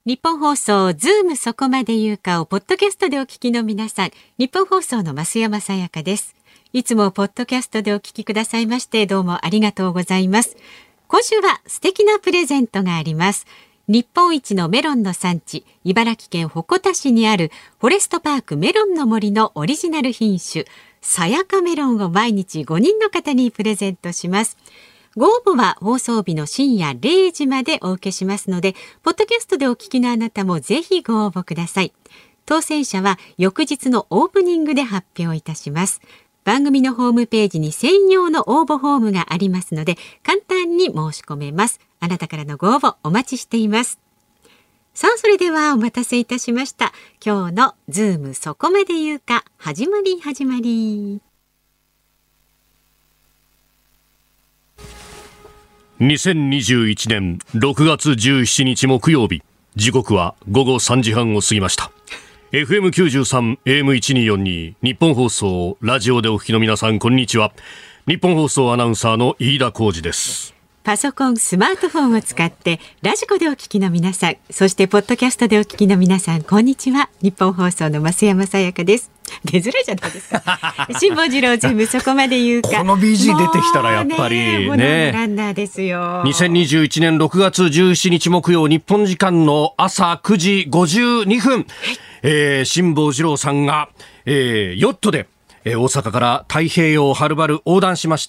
日本放送ズームそこまで言うかをポッドキャストでお聞きの皆さん、日本放送の増山さやかです。いつもポッドキャストでお聞きくださいましてどうもありがとうございます。今週は素敵なプレゼントがあります。日本一のメロンの産地、茨城県鉾田市にあるフォレストパークメロンの森のオリジナル品種さやかメロンを毎日5人の方にプレゼントします。ご応募は放送日の深夜0時までお受けしますので、ポッドキャストでお聞きのあなたもぜひご応募ください。当選者は翌日のオープニングで発表いたします。番組のホームページに専用の応募フォームがありますので、簡単に申し込めます。あなたからのご応募お待ちしています。さあ、それではお待たせいたしました。今日のズームそこまで言うか、始まり。 2021年6月17日木曜日、時刻は午後3時半を過ぎました。 FM93 AM1242 日本放送ラジオでお聞きの皆さん、こんにちは。日本放送アナウンサーの飯田浩司です。 パソコン、スマートフォンを使ってラジコでお聞きの皆さん、そしてポッドキャストでお聞きの皆さん、こんにちは。日本放送の増山さやかです。出づらいじゃないですか。辛坊治郎ズームそこまで言うか。 この BG 出てきたらやっぱりね、 ランナーですよ。 2021年6月17日木曜、日本時間の朝9時52分、辛坊治郎さんが、ヨットで大阪から太平洋をはるばる横断しまして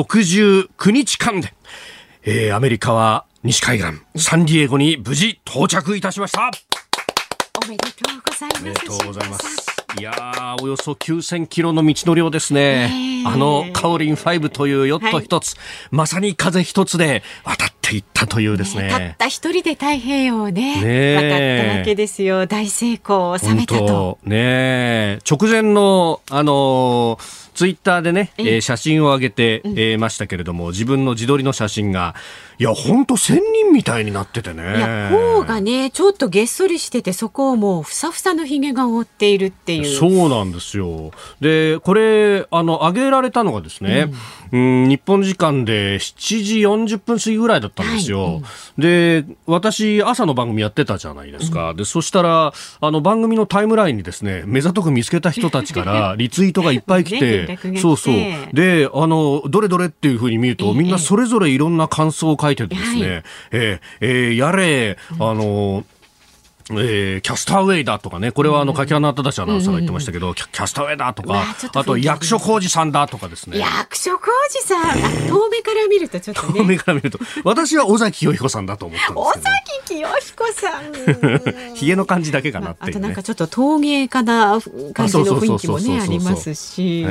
、69日間で、アメリカは西海岸サンディエゴに無事到着いたしました。 おめでとうございます。 おめでとうございます。いやー、およそ9000キロの道のりをですね、あのカオリン5というヨット一つ、まさに風一つで渡っていったというですね、 たった一人で太平洋をね、渡ったわけですよ。大成功を収めたと。 ね、直前のツイッターでね、写真を上げて、ましたけれども、自分の自撮りの写真がいや本当仙人みたいになっててね、 いや頬がねちょっとげっそりしてて、そこをもうふさふさのひげが覆っているっていう。 そうなんですよ。でこれ上げられたのがですね、日本時間で7時40分過ぎぐらいだったんですよ、で私朝の番組やってたじゃないですか、でそしたら番組のタイムラインにですね、目ざとく見つけた人たちからリツイートがいっぱい来て、そうでどれどれっていう風に見ると、みんなそれぞれいろんな感想を書いててですね、やれキャスターウェイだとかね、これは柿花忠アナウンサーが言ってましたけど、キャスターウェイだとか、あと役所広司さんだとかですね。 役所広司さん、遠目から見るとちょっとね、 遠目から見ると私は尾崎清彦さんだと思ったんですけど、 尾崎清彦さんひげの感じだけかなっていうね、 あとなんかちょっと陶芸家な感じの雰囲気もねありますし、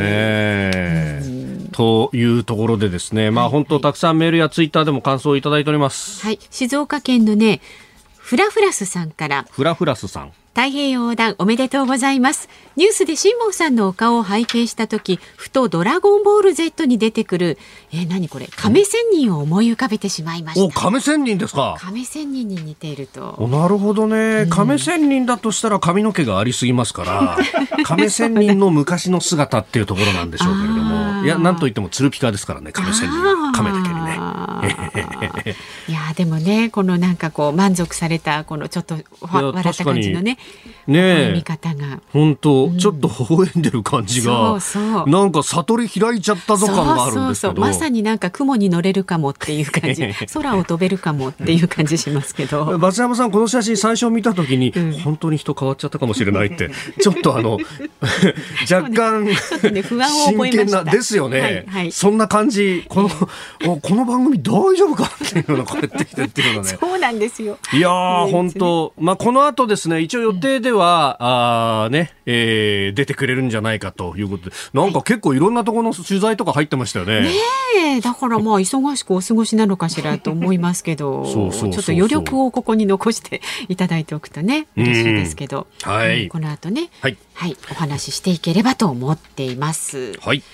というところでですね、本当たくさんメールやツイッターでも感想をいただいております。 はい、静岡県のねフラフラスさんから、 フラフラスさん、 太平洋横断おめでとうございます。ニュースで辛坊さんのお顔を拝見したとき、ふとドラゴンボール Z に出てくる何これ、亀仙人を思い浮かべてしまいました。 亀仙人ですか。 亀仙人に似ていると。 なるほどね、亀仙人だとしたら髪の毛がありすぎますから亀仙人の昔の姿っていうところなんでしょうけれども、いやなんといってもツルピカですからね、亀仙人は亀だけにねいやでもね、このなんかこう満足された、このちょっと笑った感じのね見方が本当、ちょっと微笑んでる感じが、なんか悟り開いちゃったぞ感があるんですけど、 まさになんか雲に乗れるかもっていう感じ空を飛べるかもっていう感じしますけど松山さん、この写真最初見た時に、本当に人変わっちゃったかもしれないってちょっと若干不安を覚えました。 ですよね、そんな感じ、この番組大丈夫かっていうような、こうやってきてっていうのねそうなんですよ。 いやー本当、この後ですね、一応予定では、出てくれるんじゃないかということで、なんか結構いろんなところの取材とか入ってましたよね。 だから忙しくお過ごしなのかしらと思いますけどちょっと余力をここに残していただいておくとね嬉しいですけど、 はい、 この後ね、お話ししていければと思っています。 はい、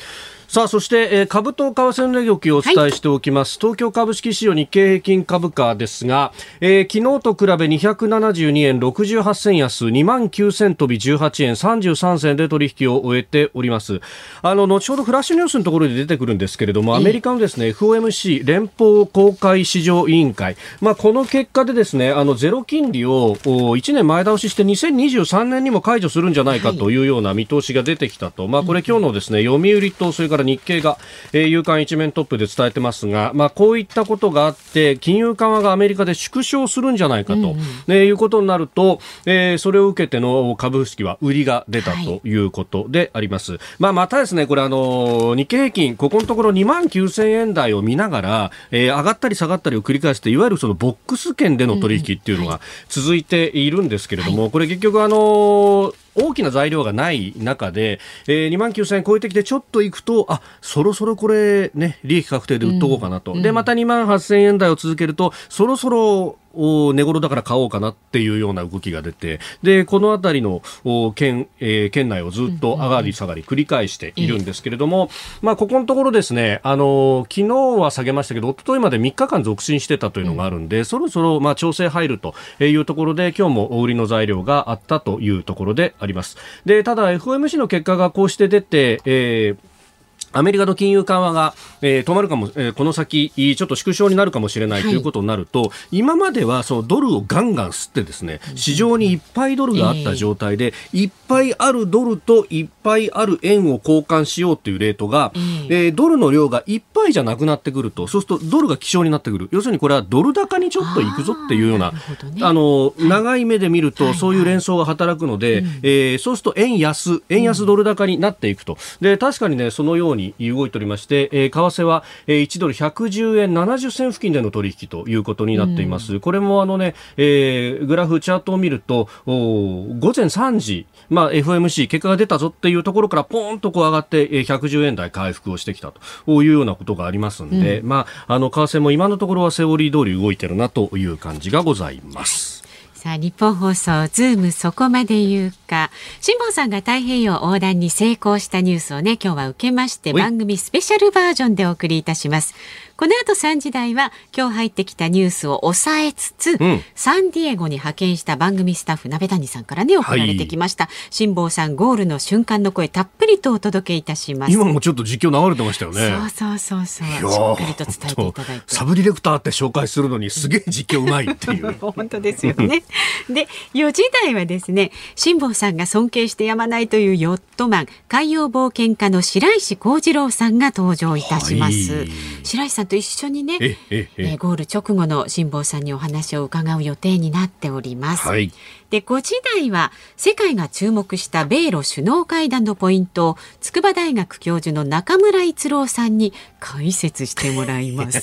さあそして、株と為替の値動きをお伝えしておきます、東京株式市場日経平均株価ですが、昨日と比べ272円68銭安、29,000飛び18円33銭で取引を終えております。後ほどフラッシュニュースのところで出てくるんですけれども、アメリカのですね FOMC 連邦公開市場委員会、この結果でですねゼロ金利を1年前倒しして2023年にも解除するんじゃないかというような見通しが出てきたと、これ今日のですね読売とそれから日経が、夕刊一面トップで伝えてますが、こういったことがあって金融緩和がアメリカで縮小するんじゃないかと、いうことになると、それを受けての株式は売りが出たということであります。またですねこれ日経平均ここのところ29,000円台を見ながら、上がったり下がったりを繰り返していわゆるそのボックス圏での取引っていうのが続いているんですけれども、これ結局大きな材料がない中で、29,000円超えてきてちょっといくとそろそろこれね利益確定で売っとこうかなと、でまた28,000円台を続けるとそろそろ値頃だから買おうかなっていうような動きが出て、でこのあたりの圏内をずっと上がり下がり繰り返しているんですけれども、ここのところですね昨日は下げましたけど一昨日まで3日間続伸してたというのがあるんで、そろそろ調整入るというところで今日も売りの材料があったというところであります。でただ FOMC の結果がこうして出て、アメリカの金融緩和が、止まるかも、この先ちょっと縮小になるかもしれないということになると、今まではそのドルをガンガン吸ってですね市場にいっぱいドルがあった状態で、いっぱいあるドルといっぱいある円を交換しようというレートが、ドルの量がいっぱいじゃなくなってくると、そうするとドルが希少になってくる。要するにこれはドル高にちょっといくぞっていうような、長い目で見るとそういう連想が働くので、そうすると円安ドル高になっていくと。で確かにねそのように動いておりまして、為替は、1ドル110円70銭付近での取引ということになっています。これもグラフチャートを見ると午前3時、FOMC 結果が出たぞっていうところからポーンとこう上がって110円台回復をしてきたというようなことがありますので、為替も今のところはセオリー通り動いてるなという感じがございます。 さあ日本放送ズームそこまで言うか、辛坊さんが太平洋横断に成功したニュースをね今日は受けまして番組スペシャルバージョンでお送りいたします。この後3時台は今日入ってきたニュースを抑えつつ、サンディエゴに派遣した番組スタッフ鍋谷さんからね送られてきました、辛坊さんゴールの瞬間の声たっぷりとお届けいたします。 今もちょっと実況流れてましたよね。 そうしっかりと伝えていただいて、 サブディレクターって紹介するのにすげえ実況うまいっていう本当ですよねで4時台はですね辛坊さんが尊敬してやまないというヨットマン海洋冒険家の白石浩二郎さんが登場いたします、白石さんと一緒にねゴール直後の辛坊さんにお話を伺う予定になっております、で5時台は世界が注目した米ロ首脳会談のポイントを筑波大学教授の中村逸郎さんに解説してもらいます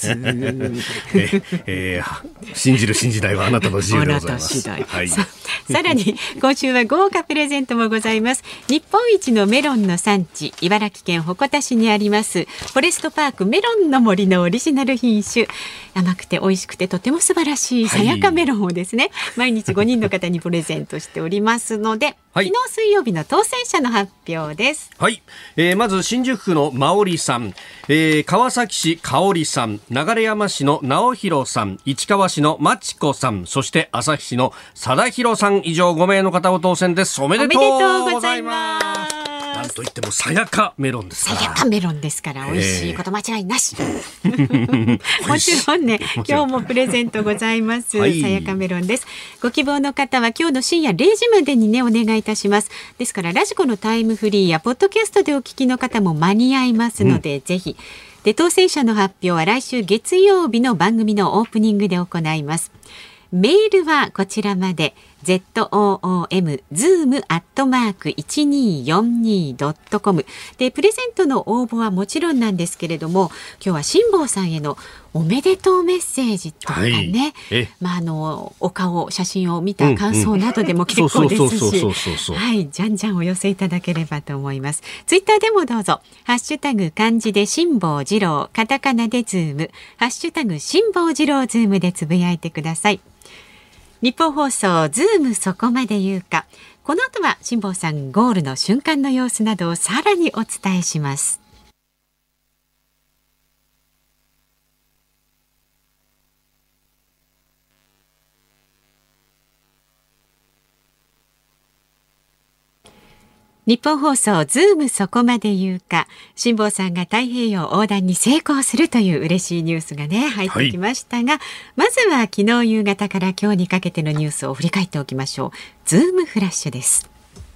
信じる信じないはあなたの自由でございます。 さらに今週は豪華プレゼントもございます。日本一のメロンの産地茨城県鉾田市にありますフォレストパークメロンの森のオリジナル品種、甘くて美味しくてとても素晴らしいさやかメロンをですね、毎日5人の方にプレゼントしておりますので、昨日水曜日の当選者の発表です。 まず新宿区のまおりさん、川崎市かおりさん、流山市の直弘さん、市川市のまちこさん、そして旭市の貞弘さん、以上5名の方を当選です。おめでとうございます。なんといってもさやかメロンですから、 さやかメロンですから美味しいこと間違いなし、もちろんね今日もプレゼントございます、さやかメロンです。ご希望の方は今日の深夜0時までにねお願いいたします。ですからラジコのタイムフリーやポッドキャストでお聞きの方も間に合いますので、ぜひで当選者の発表は来週月曜日の番組のオープニングで行います。メールはこちらまで zoom@1242.com でプレゼントの応募はもちろんなんですけれども、今日は辛坊さんへのおめでとうメッセージとかね、お顔写真を見た感想などでも結構ですし、じゃんじゃんお寄せいただければと思います。ツイッターでもどうぞハッシュタグ漢字で辛坊治郎、カタカナでズーム、ハッシュタグ辛坊治郎ズームでつぶやいてください。日本放送ズームそこまで言うか、この後は辛坊さんゴールの瞬間の様子などをさらにお伝えします。 日本放送ズームそこまで言うか、辛坊さんが太平洋横断に成功するという嬉しいニュースがね入ってきましたが、まずは昨日夕方から今日にかけてのニュースを振り返っておきましょう。ズームフラッシュです。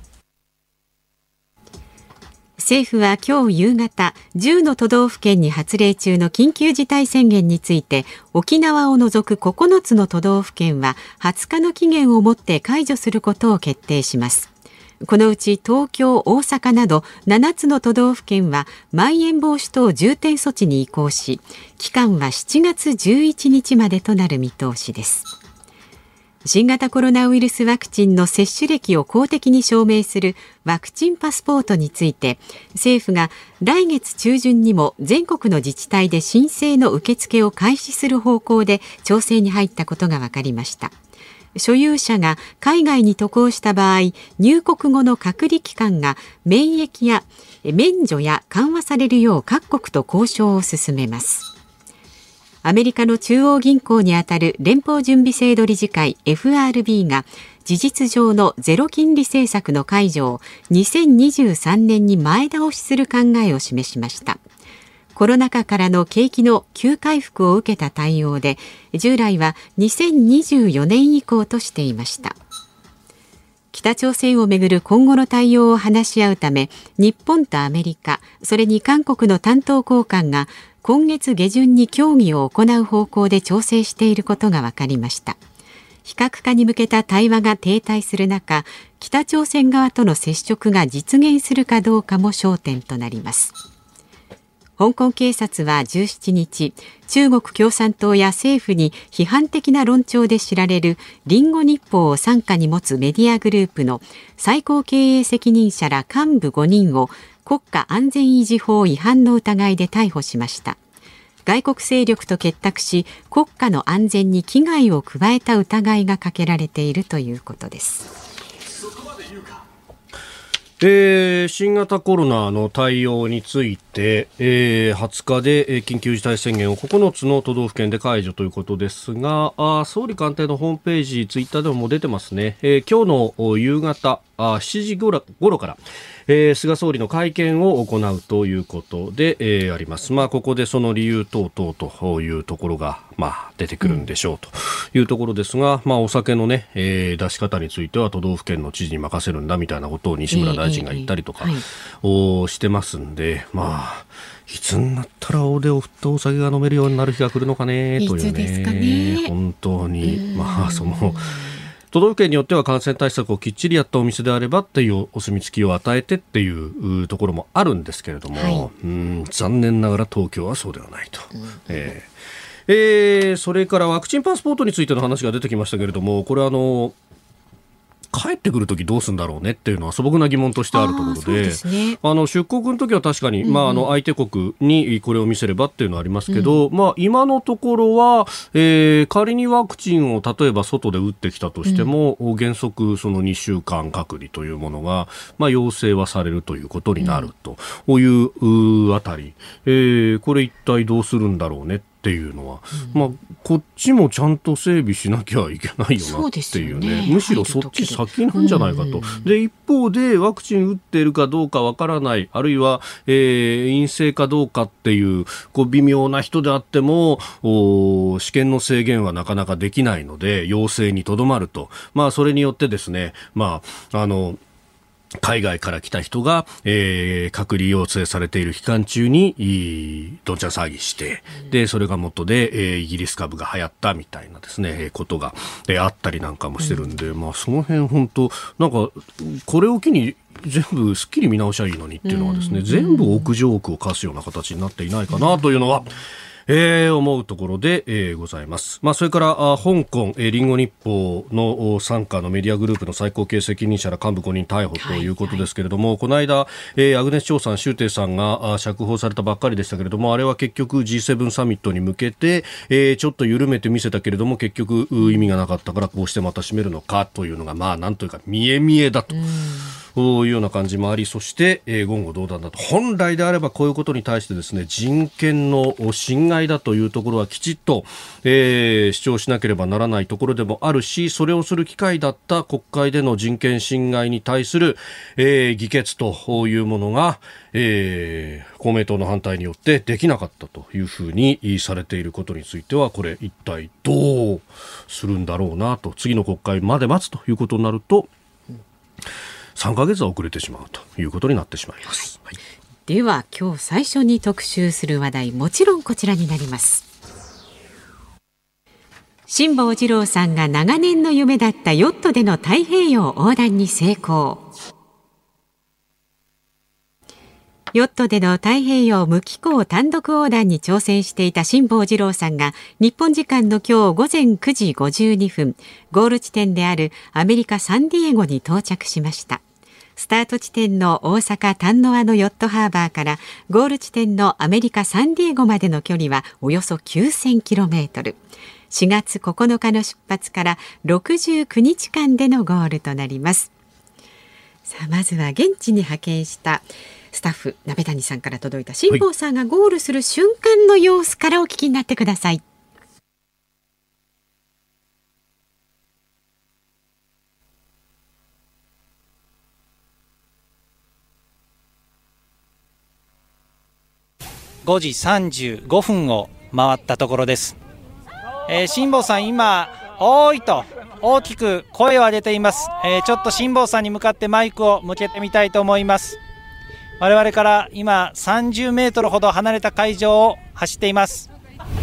政府は今日夕方、10の都道府県に発令中の緊急事態宣言について、沖縄を除く9つの都道府県は20日の期限をもって解除することを決定します。このうち東京、大阪など7つの都道府県はまん延防止等重点措置に移行し、期間は7月11日までとなる見通しです。新型コロナウイルスワクチンの接種歴を公的に証明するワクチンパスポートについて、政府が来月中旬にも全国の自治体で申請の受付を開始する方向で調整に入ったことが分かりました。所有者が海外に渡航した場合、入国後の隔離期間が免除や緩和されるよう各国と交渉を進めます。アメリカの中央銀行にあたる連邦準備制度理事会 FRB が事実上のゼロ金利政策の解除を2023年に前倒しする考えを示しました。コロナ禍からの景気の急回復を受けた対応で、従来は2024年以降としていました。北朝鮮をめぐる今後の対応を話し合うため、日本とアメリカ、それに韓国の担当高官が今月下旬に協議を行う方向で調整していることが分かりました。非核化に向けた対話が停滞する中、北朝鮮側との接触が実現するかどうかも焦点となります。香港警察は17日、中国共産党や政府に批判的な論調で知られるリンゴ日報を傘下に持つメディアグループの最高経営責任者ら幹部5人を国家安全維持法違反の疑いで逮捕しました。外国勢力と結託し、国家の安全に危害を加えた疑いがかけられているということです。 新型コロナの対応について、20日で緊急事態宣言を9つの都道府県で解除ということですが、総理官邸のホームページ、ツイッターでも出てますね。今日の夕方7時ごろから、菅総理の会見を行うということで、あります。ここでその理由等々というところが、出てくるんでしょうというところですが、お酒のね、出し方については都道府県の知事に任せるんだみたいなことを西村大臣が言ったりとか、してますんで、いつになったら大手を振ったお酒が飲めるようになる日が来るのかねというね、本当にその都道府県によっては感染対策をきっちりやったお店であればっていうお墨付きを与えてっていうところもあるんですけれども、残念ながら東京はそうではないと。それからワクチンパスポートについての話が出てきましたけれども、これ帰ってくるときどうするんだろうねっていうのは素朴な疑問としてあるところで、出国のときは確かに、相手国にこれを見せればっていうのはありますけど、今のところは、仮にワクチンを例えば外で打ってきたとしても、原則その2週間隔離というものが、要請はされるということになるというあたり、これ一体どうするんだろうねっていうのは、こっちもちゃんと整備しなきゃいけないよなっていうね、むしろそっち先なんじゃないかと。で一方でワクチン打っているかどうかわからない、あるいは、陰性かどうかっていう、微妙な人であっても試験の制限はなかなかできないので陽性にとどまると、それによってですね、海外から来た人が、隔離要請されている期間中にどんちゃん騒ぎして、でそれが元で、イギリス株が流行ったみたいなですね、ことが、あったりなんかもしてるんで、その辺本当なんかこれを機に全部すっきり見直しゃいいのにっていうのはですね、全部屋上奥を課すような形になっていないかなというのは、思うところで、ございます。それから香港、リンゴ日報の傘下のメディアグループの最高経営責任者ら幹部5人逮捕ということですけれども、この間、アグネス・チョウさん、周庭さんが釈放されたばっかりでしたけれども、あれは結局 G7 サミットに向けて、ちょっと緩めてみせたけれども結局意味がなかったからこうしてまた締めるのかというのがなんというか見え見えだというような感じもあり、そして、言語道断だと。本来であればこういうことに対してですね、人権の侵害だというところはきちっと、主張しなければならないところでもあるし、それをする機会だった国会での人権侵害に対する、議決というものが、公明党の反対によってできなかったというふうにされていることについては、これ一体どうするんだろうなと、次の国会まで待つということになると3ヶ月は遅れてしまうということになってしまいます、はい、 では今日最初に特集する話題、もちろんこちらになります。辛坊治郎さんが長年の夢だったヨットでの太平洋横断に成功。ヨットでの太平洋無寄港単独横断に挑戦していた辛坊治郎さんが日本時間の今日午前9時52分、ゴール地点であるアメリカサンディエゴに到着しました。スタート地点の大阪丹野のヨットハーバーからゴール地点のアメリカサンディエゴまでの距離はおよそ 9000km。4月9日の出発から69日間でのゴールとなります。さあ、まずは現地に派遣したスタッフ鍋谷さんから届いた辛坊さんがゴールする瞬間の様子からお聞きになってください。 5時35分を回ったところです。辛坊さん、今おーいと大きく声を上げています。ちょっと辛坊さんに向かってマイクを向けてみたいと思います。我々から今30メートルほど離れた海上を走っています。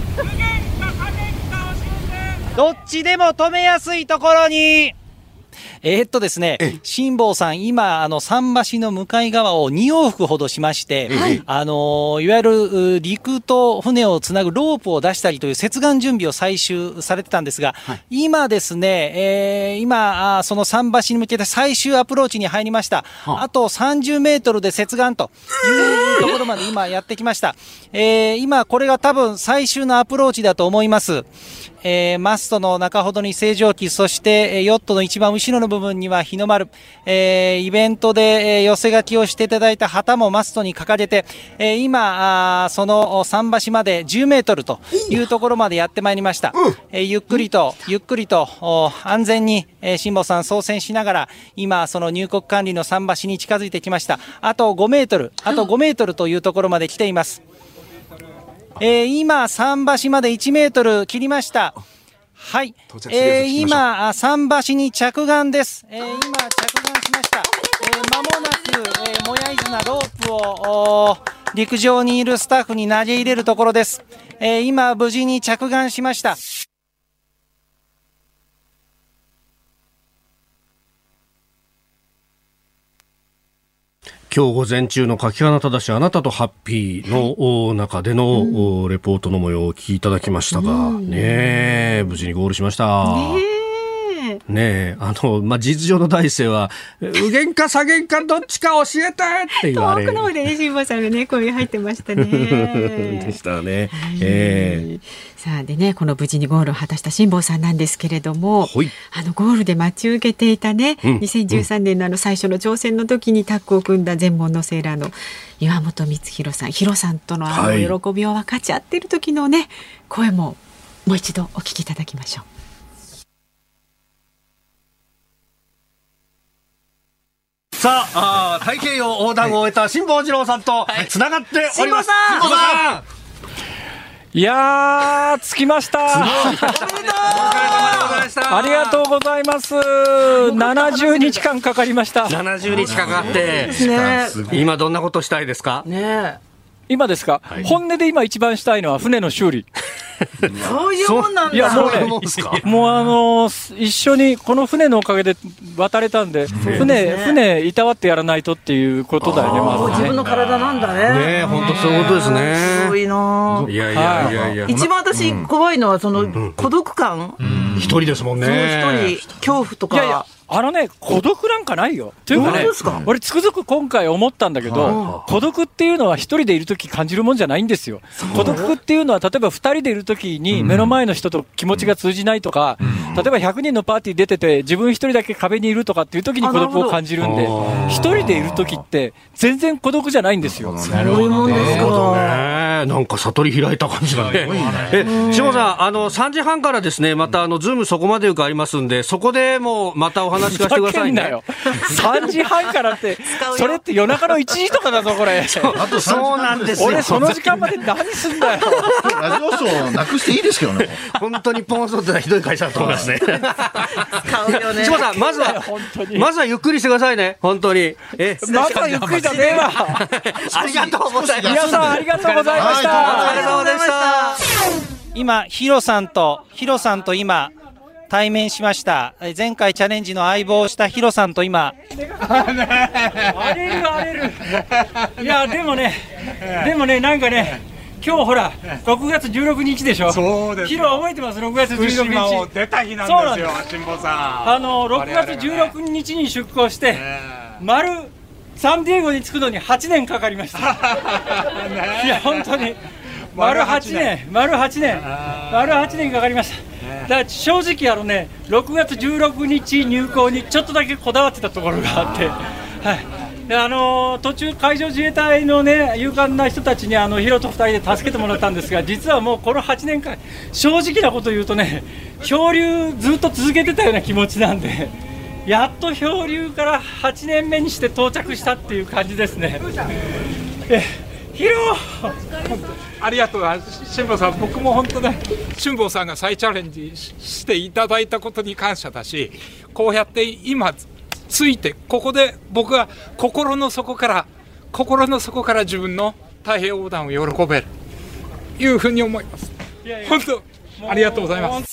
どっちでも止めやすいところにですね、辛坊さん、今桟橋の向かい側を2往復ほどしまして、いわゆる陸と船をつなぐロープを出したりという接岸準備を最終されてたんですが、今ですね、今その桟橋に向けて最終アプローチに入りました。あと30メートルで接岸というところまで今やってきました。今これが多分最終のアプローチだと思います。マストの中ほどに星条旗、そしてヨットの一番後ろの部分には日の丸、イベントで寄せ書きをしていただいた旗もマストに掲げて、今その桟橋まで10メートルというところまでやってまいりました。ゆっくりと安全に辛坊さん操船しながら今その入国管理の桟橋に近づいてきました。あと5メートルというところまで来ています。今桟橋まで1メートル切りました。はい、今桟橋に着岸です。今着岸しました。間もなく、もやいずなロープを陸上にいるスタッフに投げ入れるところです。今無事に着岸しました。 今日午前中の柿花正あなたとハッピーの中でのレポートの模様をお聞きいただきましたが、ね、無事にゴールしました。ねえ、事実上の第一声は右舷か左舷かどっちか教えてって言われ、 遠くの方で辛坊さんがね声入ってましたねでしたね。 さあでね、この無事にゴールを果たした辛坊さんなんですけれども、ゴールで待ち受けていたね、2013年の最初の挑戦の時にタッグを組んだ全盲のセーラーの岩本光弘さん、ヒロさんとの喜びを分かち合っている時のね、声ももう一度お聞きいただきましょう。 さあ、太平洋横断を終えた辛坊治郎さんとつながっております。辛坊さん、 いやー、着きました。ありがとうございます。70日間かかりました。 70日かかって、今どんなことしたいですか？ 今ですか、本音で今一番したいのは船の修理。 そういうもんなんだ。 いや、もう一緒にこの船のおかげで渡れたんで、船いたわってやらないとっていうことだよね。まずね、 自分の体なんだね。 本当そういうことですね。 すごいな。 いや、 一番私怖いのはその孤独感。 一人ですもんね。 一人恐怖とか。 孤独なんかないよ。というかね、俺つくづく今回思ったんだけど、孤独っていうのは一人でいるとき感じるもんじゃないんですよ。孤独っていうのは、例えば二人でいるときに目の前の人と気持ちが通じないとか、例えば100人のパーティー出てて自分一人だけ壁にいるとかっていうときに孤独を感じるんで、一人でいるときって全然孤独じゃないんですよ。 なるほどね。なんか悟り開いた感じだね。下さん、3時半からですね、またズームそこまでよくありますんで、そこでもまたお話聞かせてくださいね。 3時半からって、それって夜中の1時とかだぞ、これ。 そうなんですよ。 俺、その時間まで何すんだよ。 ラジオショーなくしていいですけどね。 本当にポンソってのはひどい会社だと思いますね。 使うよね。 下さん、まずはゆっくりしてくださいね、本当に。 まずはゆっくりだね、今。 ありがとうございます。 皆さん、ありがとうございました。 お疲れ様でした。 今、ヒロさんと今、対面しました。前回チャレンジの相棒をしたヒロさんと今。 荒れる。いや、でもね、なんかね、今日ほら、6月16日でしょ。 そうです。 ヒロ覚えてます？ 6 月16日。 福島を出た日なんですよ、辛坊さん。 6月16日に出港して、サンディエゴに着くのに8年かかりました。いや、本当に。丸8年かかりました。だから正直6月16日入港にちょっとだけこだわってたところがあって、はい、で途中海上自衛隊のね勇敢な人たちにヒロと2人で助けてもらったんですが、実はもうこの8年間正直なこと言うとね、漂流ずっと続けてたような気持ちなんで、やっと漂流から8年目にして到着したっていう感じですね。ヒロありがとうございます。辛坊さん、僕も本当ね、辛坊さんが再チャレンジしていただいたことに感謝だし、こうやって今ついてここで僕は心の底から自分の太平洋横断を喜べるいうふうに思います。本当ありがとうございます。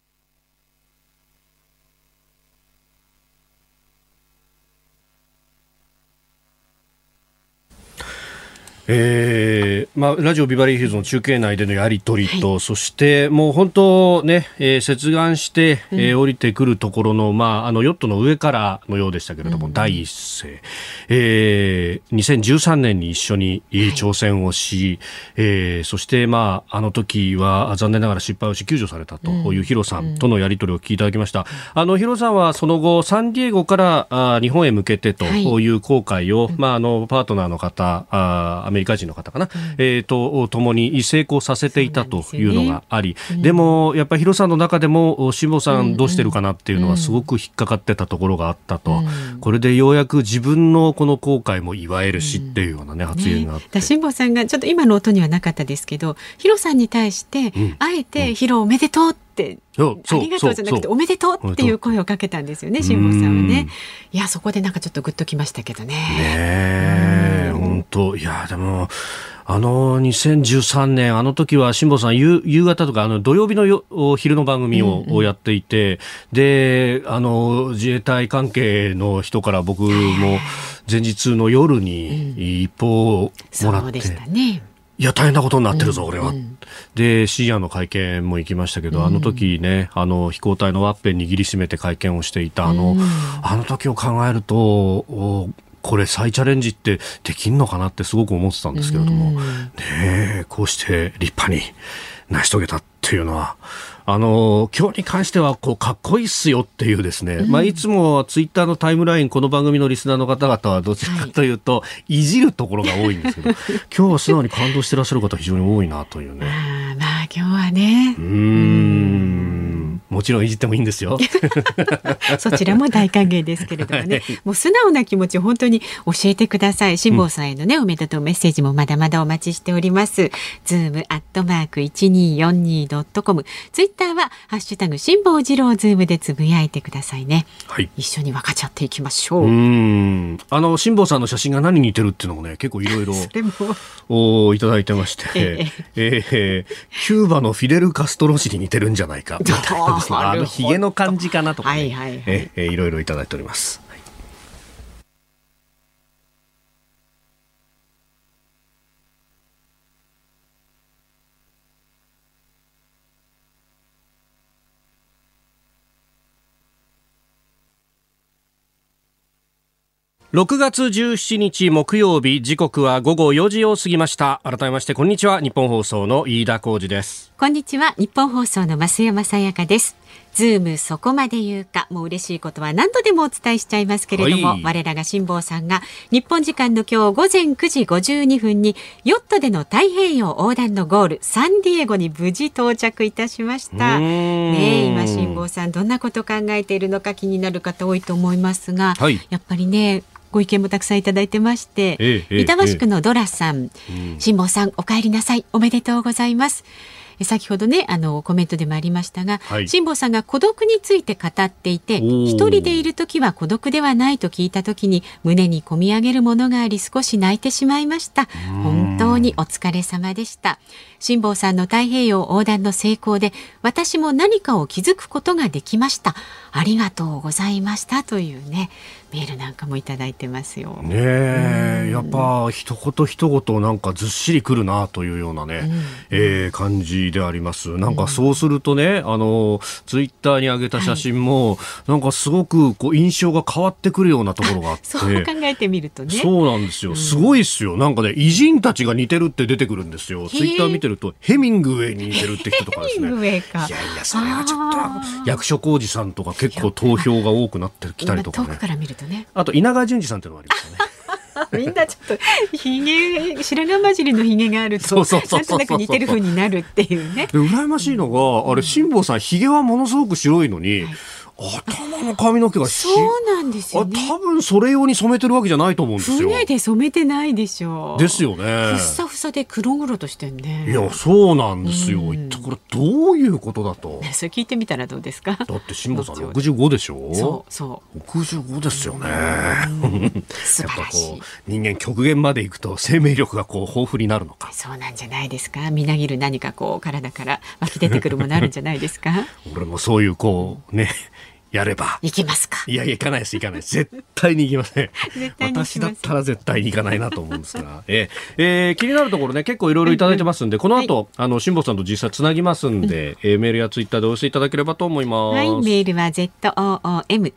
ラジオビバリーヒルズの中継内でのやり取りと、そしてもう本当ね、接岸して、降りてくるところの、ヨットの上からのようでしたけれども、第一声、2013年に一緒に挑戦をし、そしてあの時は残念ながら失敗をし救助されたというヒロさんとのやり取りを聞いていただきました。ヒロさんはその後サンディエゴから日本へ向けてという航海を、パートナーの方、アメリカ人の方かな、と共に成功させていたというのがあり、でもやっぱりヒロさんの中でも辛坊さんどうしてるかなっていうのはすごく引っかかってたところがあったと、これでようやく自分のこの航海も祝えるしっていうような、発言があって、 辛坊さんがちょっと今の音にはなかったですけど、ヒロさんに対して、あえてヒロおめでとうって、ありがとうじゃなくておめでとうっていう声をかけたんですよね、辛坊さんはね。いや、そこでなんかちょっとグッときましたけどね。 本当、いやでも2013年あの時は辛坊さん夕方とか土曜日の昼の番組をやっていて、で自衛隊関係の人から僕も前日の夜に一報をもらって、 そうでしたね。 いや大変なことになってるぞ、俺は。で深夜の会見も行きましたけど、あの時ね飛行隊のワッペン握りしめて会見をしていたあの時を考えると、これ再チャレンジってできんのかなってすごく思ってたんですけれども、こうして立派に成し遂げたっていうのは今日に関してはかっこいいっすよっていうですね、いつもツイッターのタイムライン、この番組のリスナーの方々はどちらかというと、いじるところが多いんですけど、今日は素直に感動してらっしゃる方非常に多いなというね。 今日はね、 もちろんいじってもいいんですよ。 そちらも大歓迎ですけれどもね、もう素直な気持ちを本当に教えてください。辛坊さんへのね、おめでとうメッセージもまだまだお待ちしております。zoom@1242.com、 ツイッターはハッシュタグ辛坊治郎ズームでつぶやいてくださいね。一緒に分かち合っていきましょう。 辛坊さんの写真が何に似てるっていうのもね、結構いろいろいただいてまして、キューバのフィデル・カストロ氏に似てるんじゃないかみたいな、ヒゲの感じかなとか、いろいろいただいております。 6月17日木曜日、時刻は午後4時を過ぎました。改めましてこんにちは、日本放送の飯田浩司です。 こんにちは、日本放送の増山さやかです。ズームそこまで言うか、もう嬉しいことは何度でもお伝えしちゃいますけれども、我らが辛坊さんが日本時間の今日午前9時52分にヨットでの太平洋横断のゴールサンディエゴに無事到着いたしました。今辛坊さんどんなことを考えているのか気になる方多いと思いますが、やっぱりね、ご意見もたくさんいただいてまして、板橋区のドラさん、辛坊さんお帰りなさい、おめでとうございます。先ほどね、コメントでもありましたが、辛坊さんが孤独について語っていて、一人でいるときは孤独ではないと聞いたときに胸にこみ上げるものがあり、少し泣いてしまいました。本当にお疲れ様でした。辛坊さんの太平洋横断の成功で私も何かを気づくことができました。ありがとうございましたというね、メールなんかもいただいてますよ。 ねえ、やっぱ一言一言なんかずっしりくるなというようなね、感じであります。なんかそうするとね、ツイッターに上げた写真も、なんかすごくこう印象が変わってくるようなところがあって、 そう考えてみるとね、 そうなんですよ、すごいですよ。なんかね、偉人たちが似てるって出てくるんですよ。ツイッター見てるとヘミングウェイに似てるって人とかですね。 ヘミングウェイか。 いやいや、それはちょっと役所広司さんとか結構投票が多くなってきたりとかね。 遠くから見るとね。 あと稲川淳二さんっていうのもありましたね。 みんなちょっとひげ、白髪混じりのひげがあるとなんとなく似てる風になるっていうね。 で羨ましいのが、あれ辛坊さんひげはものすごく白いのに、頭の髪の毛がそうなんですよね。 多分それ用に染めてるわけじゃないと思うんですよ。 船で染めてないでしょう。 ですよね。 ふさふさで黒々としてんね。 いや、そうなんですよ。一体これどういうことだと。 それ聞いてみたらどうですか。 だって辛坊さん65でしょ。 そう 65ですよね。 素晴らしい。 やっぱこう人間極限までいくと生命力がこう豊富になるのか。 そうなんじゃないですか。みなぎる何かこう体から湧き出てくるものあるんじゃないですか。 俺もそういうこうね、やれば行きますか。 いや行かないです、行かないです。絶対に行きません。私だったら絶対に行かないなと思うんですが、気になるところね、結構いろいろいただいてますんで、この後、辛坊さんと実際つなぎますんで、メールやツイッターでお寄せいただければと思います。 はい、メールは ZOOM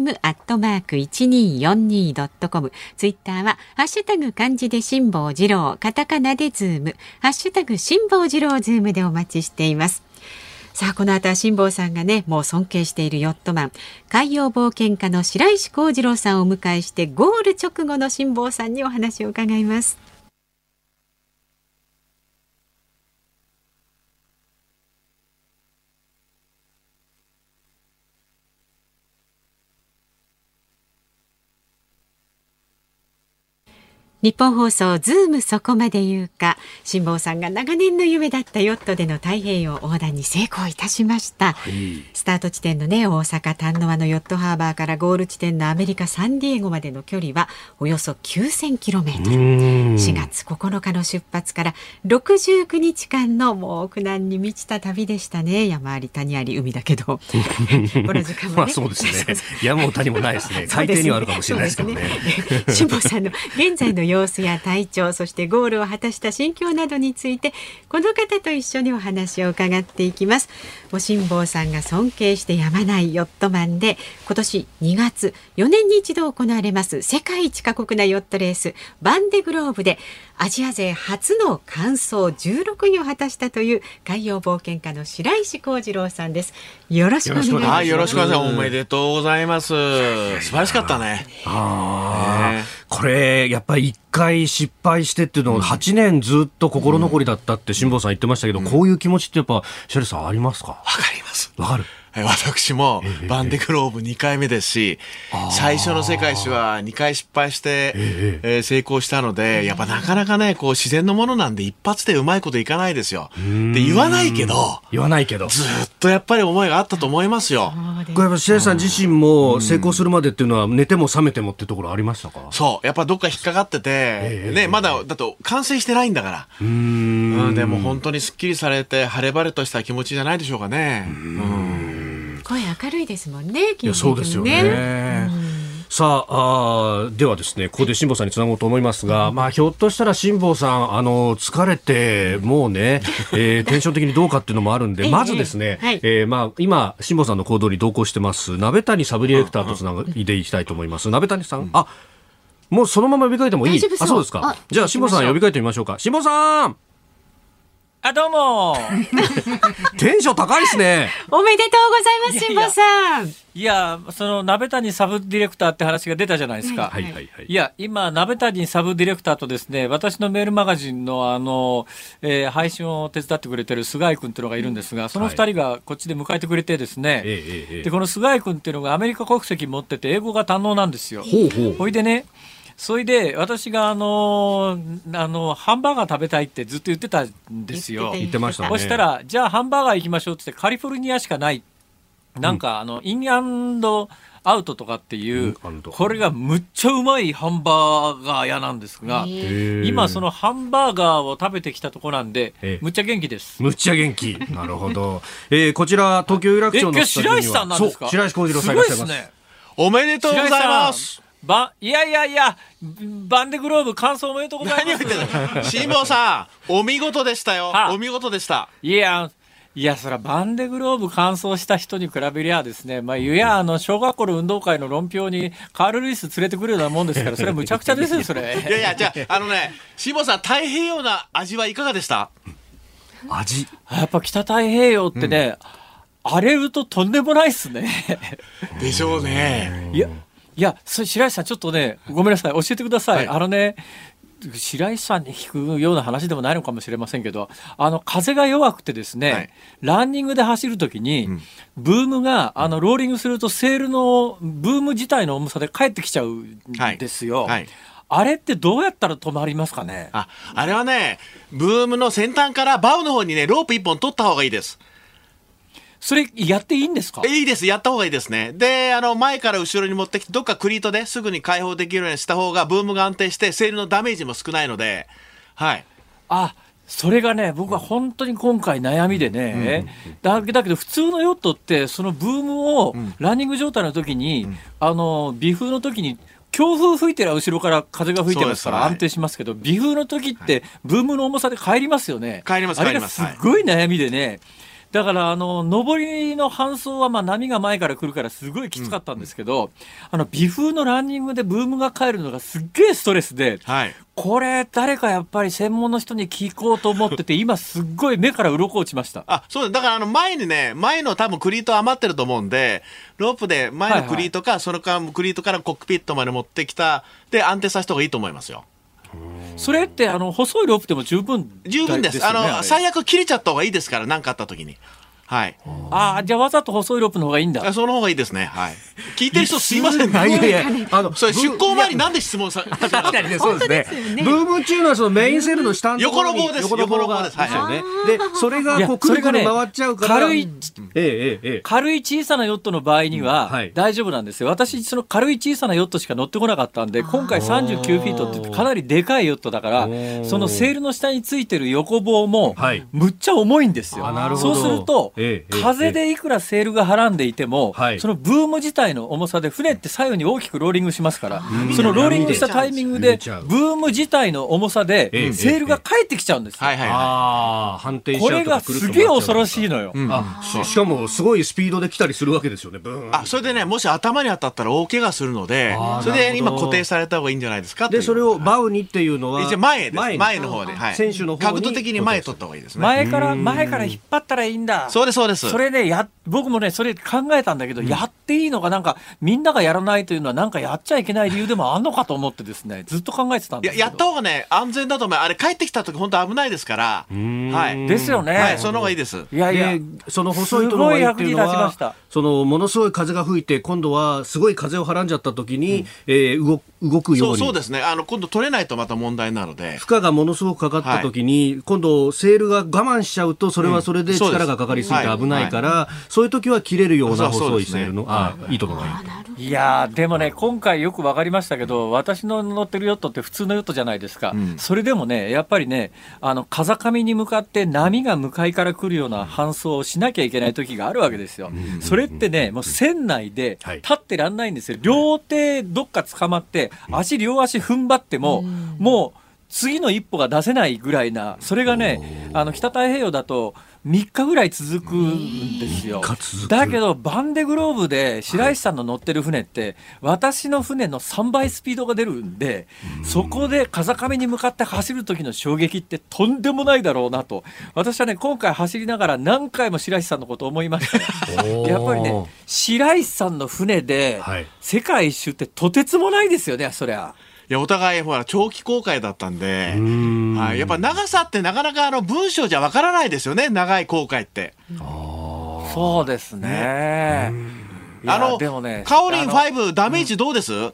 zoom@1242.com、 ツイッターはハッシュタグ漢字で辛坊治郎、カタカナでズーム、ハッシュタグ辛坊治郎ズームでお待ちしています。さあ、この後は辛坊さんがね、もう尊敬しているヨットマン、海洋冒険家の白石浩二郎さんをお迎えして、ゴール直後の辛坊さんにお話を伺います。日本放送ズームそこまで言うか、辛坊さんが長年の夢だったヨットでの太平洋横断に成功いたしました。スタート地点のね、大阪丹野湾のヨットハーバーからゴール地点のアメリカサンディエゴまでの距離はおよそ 9000km。 4月9日の出発から69日間のもう苦難に満ちた旅でしたね。山あり谷あり海だけどこの時間もね、 まあそうですね、山も谷もないですね。海底にはあるかもしれないですけどね。 辛坊さんの現在の様子や体調、そしてゴールを果たした心境などについて、この方と一緒にお話を伺っていきます。辛坊さんが尊敬してやまないヨットマンで、今年2月4年に一度行われます世界一過酷なヨットレースバンデグローブでアジア勢初の完走16位を果たしたという海洋冒険家の白石浩二郎さんです。よろしくお願いします。 よろしくお願いします。おめでとうございます。素晴らしかったね。 これやっぱり一回失敗してっていうのを8年ずっと心残りだったって辛坊さん言ってましたけど、こういう気持ちってやっぱ白石さんありますか？ わかります。 わかる。 私もバンデグローブ2回目ですし、最初の世界一は2回失敗して、成功したので、やっぱなかなかね、こう自然のものなんで一発でうまいこといかないですよ。で言わないけどずっとやっぱり思いがあったと思いますよ。 これやっぱ白石さん自身も成功するまでっていうのは寝ても覚めてもっていうところありましたか？ そう、やっぱどっか引っかかってて、ね、まだだと完成してないんだから。でも本当にすっきりされて晴れ晴れとした気持ちじゃないでしょうかね。 声明るいですもんね。 いや、そうですよね。さあ、ではですね、ここで辛坊さんにつなごうと思いますが、ひょっとしたら辛坊さん疲れてもうね、テンション的にどうかっていうのもあるんで、まずですね、今辛坊さんの行動に同行してます鍋谷サブディレクターとつなぎでいきたいと思います。鍋谷さん、 もうそのまま呼びかけてもいい？ 大丈夫そう。 そうですか。じゃあ辛坊さん呼びかけてみましょうか。辛坊さん。 どうもテンション高いですね。 おめでとうございます、辛坊さん。 いや、その鍋谷サブディレクターって話が出たじゃないですか。いや、今鍋谷サブディレクターとですね、私のメールマガジンの配信を手伝ってくれてる菅井君っていうのがいるんですが、その2人がこっちで迎えてくれてですね、でこの菅井君っていうのがアメリカ国籍持ってて英語が堪能なんですよ。ほいでね、それで私がハンバーガー食べたいってずっと言ってたんですよ。 言ってましたね。 そしたらじゃあハンバーガー行きましょうって言って、カリフォルニアしかないなんかインアンドアウトとかっていう、これがむっちゃうまいハンバーガー屋なんですが、今そのハンバーガーを食べてきたとこなんで、むっちゃ元気です。 むっちゃ元気。なるほど。こちら東京有楽町のスタジオには白石さんなんですか？ 白石浩二郎さんいらっしゃいます。 すごいですね。 おめでとうございます。 いやバンデグローブ完走おめでとうございます。 何を言ってんの？辛坊さんお見事でしたよ。お見事でした。 いやそらバンデグローブ完走した人に比べりゃですね、小学校の運動会の論評にカール・ルイス連れてくるようなもんですから、それはむちゃくちゃですよそれ。 いやじゃあ辛坊さん、太平洋な味はいかがでした？ 味やっぱ北太平洋ってね、荒れるととんでもないっすね。 でしょうね。 いや白石さんちょっとねごめんなさい、教えてください。白石さんに聞くような話でもないのかもしれませんけど、風が弱くてですね、ランニングで走るときに、ブームがローリングするとセールのブーム自体の重さで帰ってきちゃうんですよ。あれってどうやったら止まりますかね？ あれはね、ブームの先端からバウの方にねロープ1本取った方がいいです。 それやっていいんですか？ いいです。やった方がいいですね。で、前から後ろに持ってきて、どっかクリートですぐに開放できるようにした方が、ブームが安定して、セールのダメージも少ないので、 それがね、僕は本当に今回悩みでね、だけど普通のヨットって、そのブームをランニング状態の時に、微風の時に、強風吹いてる後ろから風が吹いてますから安定しますけど、微風の時って、ブームの重さで帰りますよね。 帰ります。 あれがすっごい悩みでね、だから上りの搬送は波が前から来るからすごいきつかったんですけど、微風のランニングでブームが帰るのがすっげえストレスで、これ誰かやっぱり専門の人に聞こうと思ってて、今すっごい目から鱗落ちました。 そうだから前の多分クリート余ってると思うんで、ロープで前のクリートか、それからクリートからコックピットまで持ってきたで安定させた方がいいと思いますよ。 それって細いロープでも十分です。最悪切れちゃった方がいいですから、何かあった時に。じゃあわざと細いロープの方がいいんだ。 その方がいいですね。聞いてる人すいません。それ出航前になんで質問さ確かにね、そうですね。ブーム中のそのメインセールの下の横の棒です。 横の棒がですよね。でそれがくるくる回っちゃうから、 軽い小さなヨットの場合には大丈夫なんですよ。私その軽い小さなヨットしか乗ってこなかったんで、今回39フィートってかなりでかいヨットだから、そのセールの下についてる横棒もむっちゃ重いんですよ。そうすると風でいくらセールがはらんでいても、そのブーム自体の重さで船って左右に大きくローリングしますから、そのローリングしたタイミングでブーム自体の重さでセールが返ってきちゃうんですよ。 反転しちゃうとこれがすげえ恐ろしいのよ。 しかもすごいスピードで来たりするわけですよね。 それでね、もし頭に当たったら大怪我するので、それで今固定された方がいいんじゃないですか。 でそれをバウにっていうのは前の方で、 選手の方に角度的に前取った方がいいですね。 前から引っ張ったらいいんだ。 そうです。 それね、僕もねそれ考えたんだけど、やっていいのか、なんかみんながやらないというのはなんかやっちゃいけない理由でもあんのかと思ってですね、ずっと考えてたんですけど。 やった方がね安全だと思う。あれ帰ってきた時本当危ないですから。 ですよね。 その方がいいです。 その細い糸の方がいいっていうのは、そのものすごい風が吹いて今度はすごい風をはらんじゃった時に、動くように。 そうですね。今度取れないとまた問題なので、 負荷がものすごくかかった時に、今度セールが我慢しちゃうと、それはそれで力がかかりすぎて危ないから、そういう時は切れるような細いセールの糸の方がいい。 いやでもね、今回よく分かりましたけど、私の乗ってるヨットって普通のヨットじゃないですか。それでもね、やっぱりね、風上に向かって波が向かいから来るような搬送をしなきゃいけない時があるわけですよ。それってね、もう船内で立ってらんないんですよ。両手どっか捕まって両足踏ん張っても、もう次の一歩が出せないぐらいな、それがね、北太平洋だと 3日ぐらい続くんですよ。だけどバンデグローブで白石さんの乗ってる船って、私の船の3倍スピードが出るんで、そこで風上に向かって走る時の衝撃ってとんでもないだろうなと、私はね今回走りながら何回も白石さんのことを思いましたね。やっぱりね白石さんの船で世界一周ってとてつもないですよね。そりゃいやお互いほら長期航海だったんで、はい、やっぱ長さってなかなか文章じゃわからないですよね、長い航海って。 そうですね。 でもね、カオリン5ダメージどうです？ スプ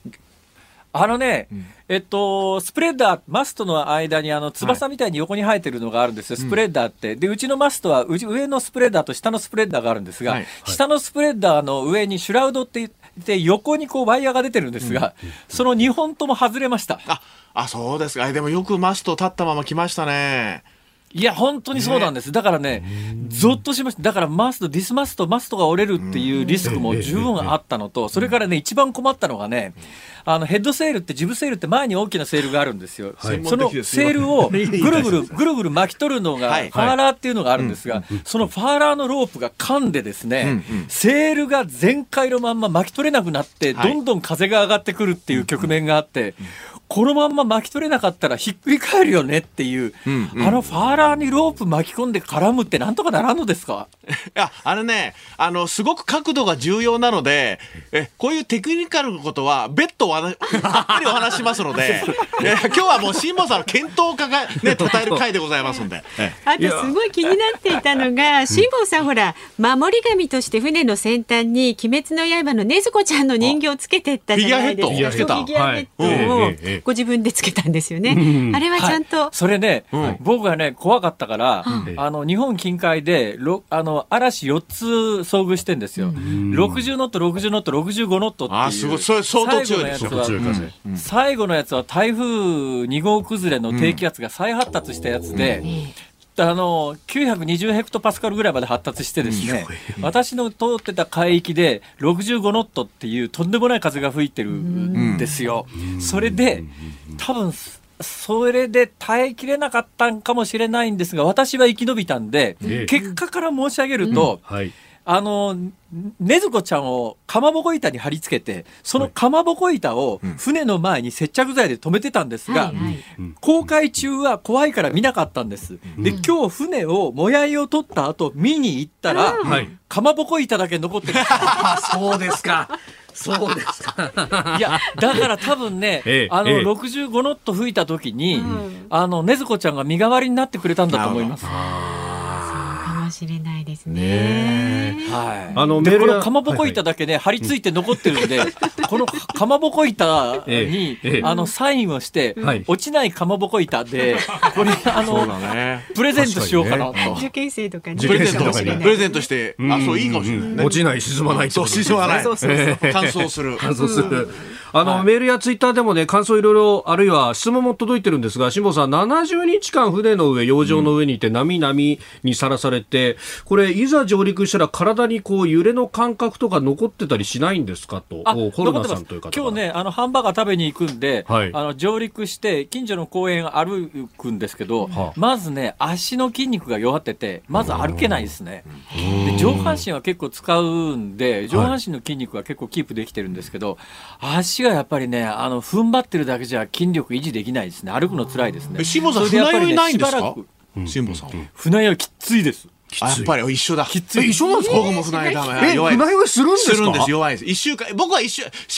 レッダーマストの間に翼みたいに横に生えてるのがあるんですよ、スプレッダーって。でうちのマストは上のスプレッダーと下のスプレッダーがあるんですが、下のスプレッダーの上にシュラウドって言って横にこうワイヤーが出てるんですが、その2本とも外れました。 そうですか。でもよくマスト立ったまま来ましたね。 いや本当にそうなんです、だからねゾッとしました。だからディスマストが折れるっていうリスクも十分あったのと、それからね一番困ったのがね、ヘッドセールってジブセールって前に大きなセールがあるんですよ、そのセールをぐるぐる巻き取るのがファーラーっていうのがあるんですが、そのファーラーのロープが噛んでですね、セールが全開のまんま巻き取れなくなって、どんどん風が上がってくるっていう局面があって、このまんま巻き取れなかったらひっくり返るよねっていう、ファーラーにロープ巻き込んで絡むってなんとかならんのですか？ いやすごく角度が重要なので、こういうテクニカルなことは別途たっぷりお話しますので今日はもう辛坊さんの検討家がね称える回でございますので。 あとすごい気になっていたのが、辛坊さんほら守り神として船の先端に鬼滅の刃の禰豆子ちゃんの人形をつけてったじゃないですか。フィギュアヘッドをご自分でつけたんですよね。あれはちゃんと、 それね、僕がね怖かったから、日本近海で嵐4つ遭遇してんですよ。60ノット60ノット65ノットっていう。 すごい、それ相当強いです。 最後のやつは台風2号崩れの低気圧が再発達したやつで、920ヘクトパスカルぐらいまで発達してですね、私の通ってた海域で65ノットっていうとんでもない風が吹いてるんですよ。それで多分それで耐えきれなかったんかもしれないんですが、私は生き延びたんで、結果から申し上げると、禰豆子ちゃんをかまぼこ板に貼り付けて、そのかまぼこ板を船の前に接着剤で留めてたんですが、航海中は怖いから見なかったんです。で今日船をもやいを取った後見に行ったら、かまぼこ板だけ残ってる。 そうですか。そうですか。 いやだから多分ね、65ノット吹いた時に、禰豆子ちゃんが身代わりになってくれたんだと思います。 かもしれないですね。 でこのかまぼこ板だけね、張り付いて残ってるんで、このかまぼこ板にサインをして、落ちないかまぼこ板でこれプレゼントしようかなと。 受験生とかにプレゼントして、そういいかもしれないね。 落ちない、沈まない、 沈まない、乾燥する。 メールやツイッターでもね、感想いろいろ、あるいは質問も届いてるんですが、辛坊さん、70日間船の上、洋上の上にいて、波にさらされて、これいざ上陸したら体にこう揺れの感覚とか残ってたりしないんですかと。ホルナさんという方が今日ねハンバーガー食べに行くんで、上陸して近所の公園歩くんですけど、まずね足の筋肉が弱ってて、まず歩けないですね。で上半身は結構使うんで、上半身の筋肉は結構キープできてるんですけど、足がやっぱりね踏ん張ってるだけじゃ筋力維持できないですね。歩くの辛いですね。 辛坊さん、船酔いないんですか？辛坊さん船酔いきついです。 やっぱり一緒だ。 きつい。 一緒なんですか？ 僕も船酔い弱い。 船酔いするんですか？ するんです。弱いです。1週間。僕ね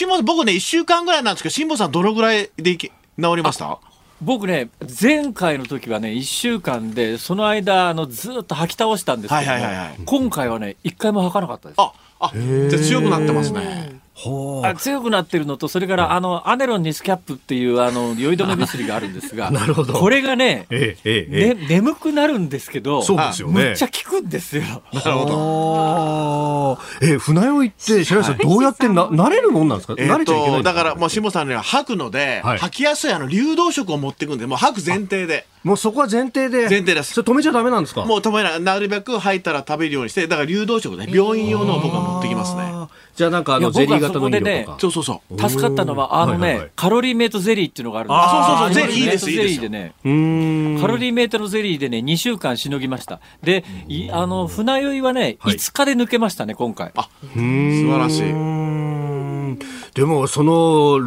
1週間ぐらいなんですけど、辛坊さんどのぐらいで治りました？ 僕ね前回の時はね1週間でその間ずっと吐き倒したんですけど、今回はね1回も吐かなかったです。 じゃあ強くなってますね。 強くなってるのと、それからアネロンニスキャップっていう酔い止め薬があるんですがなるほど。 これがね、眠くなるんですけど、 そうですよね、 むっちゃ効くんですよ。 なるほど。 船酔いって白石さん、どうやって慣れるもんなんですか？慣れちゃいけない。 だからもう辛坊さんには吐くので、吐きやすい流動食を持っていくんで、もう吐く前提で。 もうそこは前提で。 前提です。 それ止めちゃダメなんですか？ もう止めない。なるべく入ったら食べるようにして、だから流動食で、病院用のを僕は持ってきますね。 じゃあなんかゼリー型の飲料とか。 そうそうそう。 助かったのはカロリーメイトゼリーっていうのがあるんです。 そうそうそう、ゼリーいいです、いいです。 ゼリーでね、カロリーメイトのゼリーでね、2週間しのぎました。で、船酔いはね、5日で抜けましたね、今回。 素晴らしい。 でもその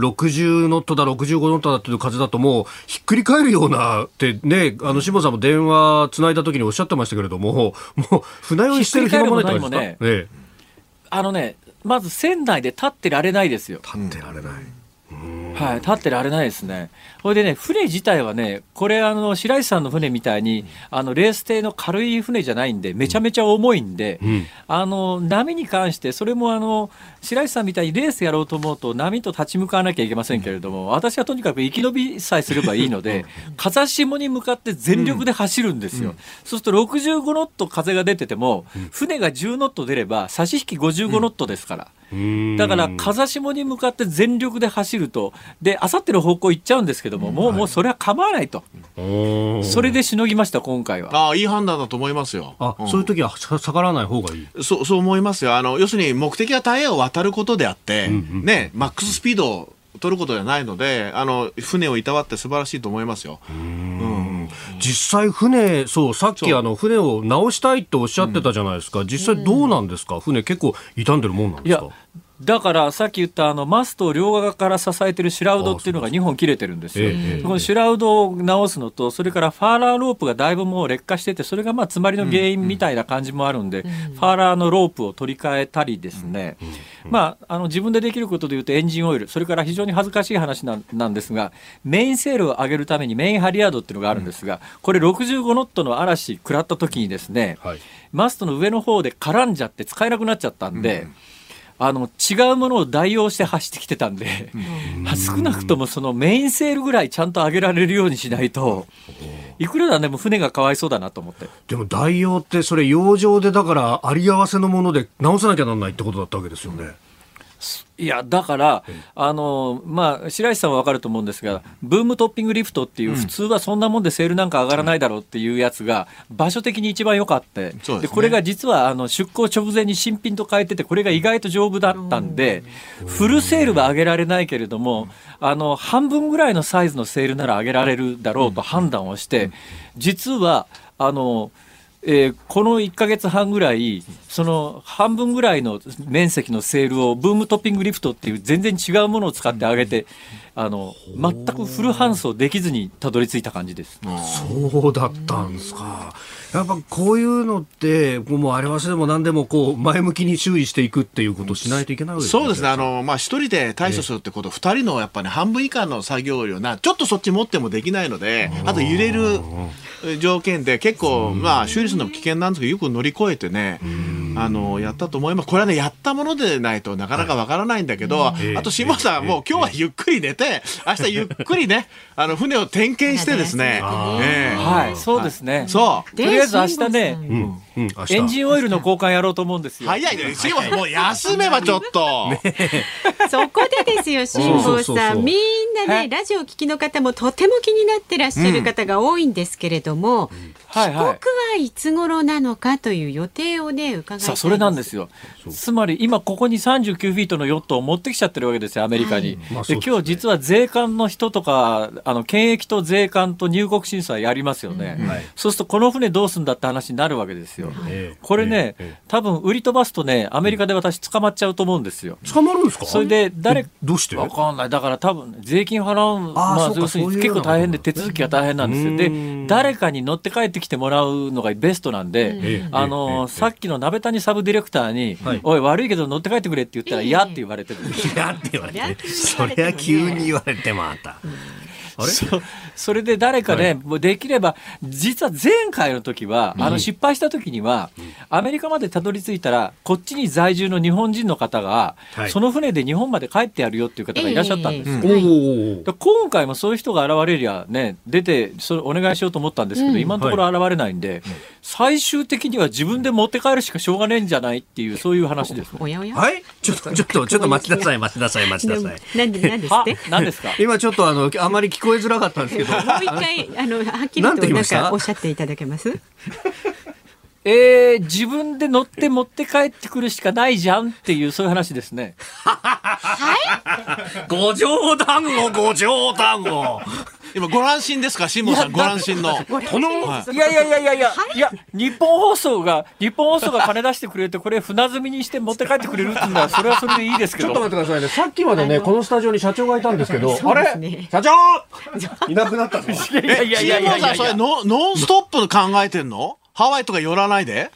60ノットだ65ノットだっていう風だともうひっくり返るようなってね、辛坊さんも電話つないだ時におっしゃってましたけれども、もう船酔いしてる暇もないってことですか？ まず船内で立ってられないですよ。 立ってられない。 はい、立ってられないですね。それでね、船自体はね、これ白石さんの船みたいにレース艇の軽い船じゃないんで、めちゃめちゃ重いんで、波に関してそれも白石さんみたいにレースやろうと思うと波と立ち向かわなきゃいけませんけれども、私はとにかく生き延びさえすればいいので風下に向かって全力で走るんですよ。そうすると65ノット風が出てても、船が10ノット出れば差し引き55ノットですから、だから風下に向かって全力で走ると、であさっての方向行っちゃうんですけども、もうそれは構わないと。それでしのぎました今回は。 いい判断だと思いますよ。 そういう時は逆らわない方がいい。 そう思いますよ。要するに目的は太平洋を渡ることであって、ね、マックススピードを取ることではないので、船をいたわって素晴らしいと思いますよ。 実際船、さっき船を直したいっておっしゃってたじゃないですか。実際どうなんですか？船結構傷んでるもんなんですか？ だからさっき言ったマストを両側から支えてるシュラウドっていうのが2本切れてるんですよ。このシュラウドを直すのと、それからファーラーロープがだいぶもう劣化してて、それが詰まりの原因みたいな感じもあるんで、ファーラーのロープを取り替えたりですね、自分でできることでいうとエンジンオイル、それから非常に恥ずかしい話なんですが、メインセールを上げるためにメインハリアードっていうのがあるんですが、これ65ノットの嵐食らった時にですね、マストの上の方で絡んじゃって使えなくなっちゃったんで、違うものを代用して走ってきてたんで、少なくともそのメインセールぐらいちゃんと上げられるようにしないと、いくらなんでも船がかわいそうだなと思って。 でも代用ってそれ洋上でだからあり合わせのもので直さなきゃならないってことだったわけですよね。 いやだから白石さんは分かると思うんですが、ブームトッピングリフトっていう、普通はそんなもんでセールなんか上がらないだろうっていうやつが場所的に一番良かった。でこれが実は出港直前に新品と変えてて、これが意外と丈夫だったんで、フルセールは上げられないけれども、半分ぐらいのサイズのセールなら上げられるだろうと判断をして、実はこの1ヶ月半ぐらい、その半分ぐらいの面積のセールをブームトッピングリフトっていう全然違うものを使って上げて、全くフル搬送できずにたどり着いた感じです。 そうだったんですか。やっぱこういうのってもうあれわせでも何でも前向きに注意していくっていうことをしないといけないわけですね。 そうですね。一人で対処するってこと、2人のやっぱり半分以下の作業量ちょっとそっち持ってもできないので、あと揺れる条件で結構修理するのも危険なんですけど、よく乗り越えてね、やったと思います。これはね、やったものでないとなかなかわからないんだけど、あと辛坊さんもう今日はゆっくり寝て、明日ゆっくりね船を点検してですね、 そうですね。 そうとりあえず明日ね、エンジンオイルの交換やろうと思うんですよ。 早いね。辛坊さんもう休めばちょっとそこでですよ、辛坊さん、みんなね、ラジオ聞きの方もとても気になってらっしゃる方が多いんですけれども、帰国はいつ頃なのかという予定をね、伺いたいです。 それなんですよ。つまり今ここに39フィートのヨットを持ってきちゃってるわけですよ、アメリカに。で今日実は税関の人とか検疫と税関と入国審査やりますよね。そうするとこの船どうすんだって話になるわけですよ。これね、多分売り飛ばすとね、アメリカで私捕まっちゃうと思うんですよ。 捕まるんですか？ それでどうして？ 分かんない。だから多分税金払う、要するに結構大変で手続きが大変なんですよ。で誰かに乗って帰ってきてもらうのがベストなんで、さっきの鍋谷サブディレクターに、おい悪いけど乗って帰ってくれって言ったら嫌って言われてる。 嫌って言われて、そりゃ急に言われてまた。 それで誰かね、できれば、実は前回の時は失敗した時にはアメリカまでたどり着いたらこっちに在住の日本人の方が、その船で日本まで帰ってやるよっていう方がいらっしゃったんですよ。今回もそういう人が現れりゃね、出てお願いしようと思ったんですけど、今のところ現れないんで、最終的には自分で持って帰るしかしょうがないんじゃないっていう、そういう話です。 おやおや、 はい、ちょっと待ちなさい。 何ですって？ 何ですか？ 今ちょっとあまり聞こえづらかったんですけど。 もう一回はっきりとなんかおっしゃっていただけます？ 自分で乗って持って帰ってくるしかないじゃんっていうそういう話ですね。 ご冗談を。 今ご乱心ですか、辛坊さん、ご乱心の。 いや、日本放送が金出してくれて、これ船積みにして持って帰ってくれるっていうのはそれはそれでいいですけど。 ちょっと待ってくださいね。さっきまでねこのスタジオに社長がいたんですけど、あれ社長いなくなったの。 辛坊さん、それノンストップの考えてんの？ハワイとか寄らないで？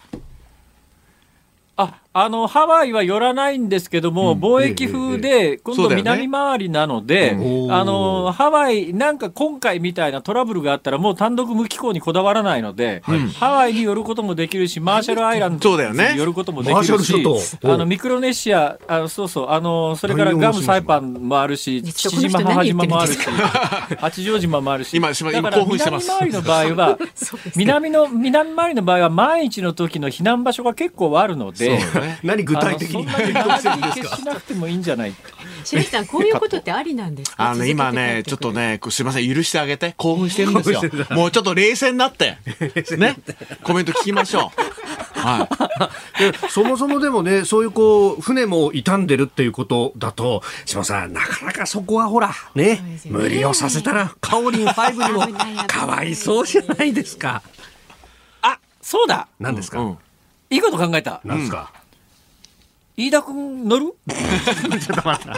ハワイは寄らないんですけども、貿易風で今度南回りなので、ハワイなんか今回みたいなトラブルがあったらもう単独無寄港にこだわらないので、ハワイに寄ることもできるし、マーシャルアイランドに寄ることもできるし、ミクロネシア、それからグアムサイパンもあるし、父島母島もあるし、八丈島もあるし、だから南回りの場合は南回りの場合は万一の時の避難場所が結構あるので、 何具体的に決しなくてもいいんじゃない？ 白石さん、こういうことってありなんですか？ 今ねちょっとねすいません、許してあげて、興奮してるんですよ。もうちょっと冷静になってねコメント聞きましょう。 そもそもでもね、そういう船も傷んでるっていうことだと、島さんなかなかそこはほらね、無理をさせたらカオリン5にもかわいそうじゃないですか。 そうだ、 何ですか？ いいこと考えた。 何ですか？ 飯田君乗る？ ちょっと待った。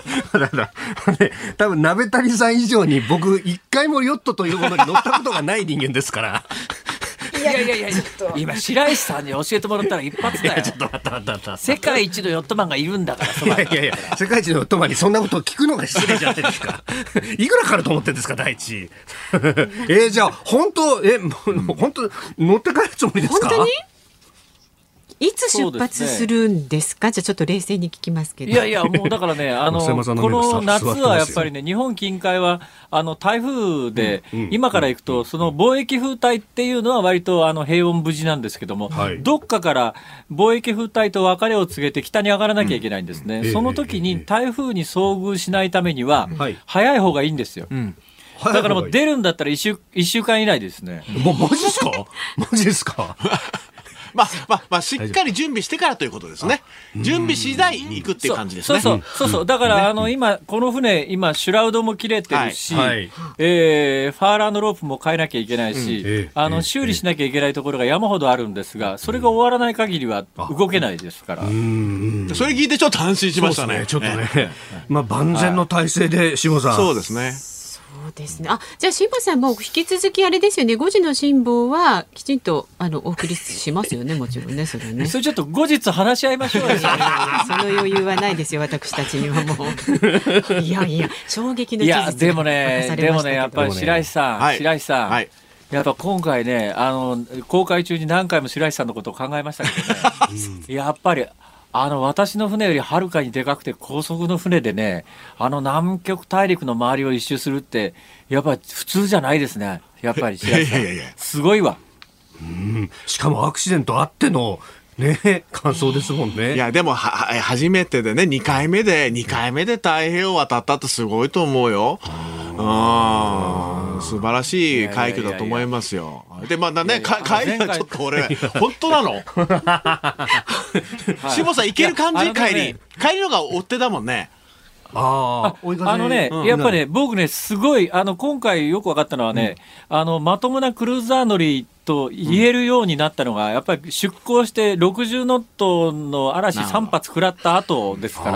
多分鍋谷さん以上に僕一回もヨットというものに乗ったことがない人間ですから。 いや今白石さんに教えてもらったら一発だよ。 ちょっと待った。 世界一のヨットマンがいるんだから。 いや世界一のヨットマンにそんなことを聞くのが失礼じゃないですか。いくらかかると思ってるんですか、第一。じゃあ本当乗って帰るつもりですか？ 本当に？いつ出発するんですか？じゃあちょっと冷静に聞きますけど。 いやもうだからねこの夏はやっぱりね、日本近海は台風で、今から行くとその貿易風帯っていうのは割と平穏無事なんですけども、どっかから貿易風帯と別れを告げて北に上がらなきゃいけないんですね。その時に台風に遭遇しないためには早い方がいいんですよ。だからもう出るんだったら1週間以内ですね。 マジですか？ まあしっかり準備してからということですね。準備次第に行くっていう感じですね。 そうだから今この船シュラウドも切れてるし、ファーラーのロープも変えなきゃいけないし、修理しなきゃいけないところが山ほどあるんですが、それが終わらない限りは動けないですから。 それ聞いてちょっと安心しましたね。 ちょっとね、万全の体制で辛坊さん。 そうですね。 そうですね。じゃあ辛坊さんも引き続きあれですよね、5時の辛坊はきちんとお送りしますよね。もちろんね、それね。 それちょっと後日話し合いましょうよ。 その余裕はないですよ、私たちにはもう。いや衝撃の事実がでもねやっぱり白石さん、やっぱ今回ね公開中に何回も白石さんのことを考えましたけどね。やっぱり私の船よりはるかにでかくて高速の船でね、南極大陸の周りを一周するってやっぱり普通じゃないですね。やっぱり白石さんすごいわ。 しかもアクシデントあってのね感想ですもんね。 いやでも初めてでね、2回目で太平洋渡ったってすごいと思うよ。素晴らしい快挙だと思いますよ。でまだね、帰りはちょっと俺本当なの辛坊さん行ける感じ？帰りのが追ってだもんね。 やっぱね僕ねすごい今回よく分かったのはね、まともなクルーザー乗りと言えるようになったのが、やっぱり出港して60ノットの嵐3発食らった後ですから、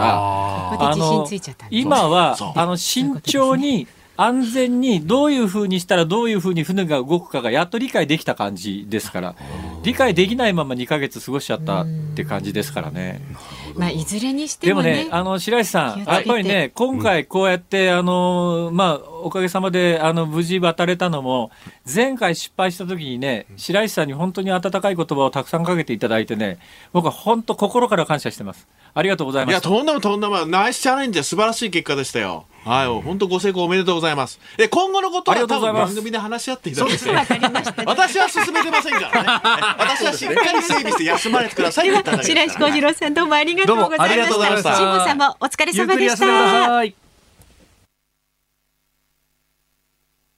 今は慎重に安全にどういう風にしたらどういう風に船が動くかがやっと理解できた感じですから、理解できないまま2ヶ月過ごしちゃったって感じですからね。 いずれにしてもね。 でもね白石さんやっぱりね今回こうやっておかげさまで無事渡れたのも、前回失敗した時にね白石さんに本当に温かい言葉をたくさんかけていただいてね、僕は本当心から感謝してます。ありがとうございます。 いやとんでもナイスチャレンジで素晴らしい結果でしたよ。本当ご成功おめでとうございます。今後のことは多分番組で話し合っていただいて、私は進めてませんからね。私はしっかり整備して休まれてください。 白石浩二郎さんどうもありがとうございました。辛坊さんもお疲れ様でした。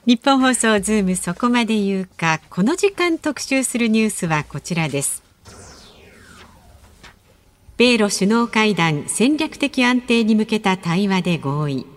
日本放送ズームそこまで言うか、この時間特集するニュースはこちらです。米ロ首脳会談、戦略的安定に向けた対話で合意。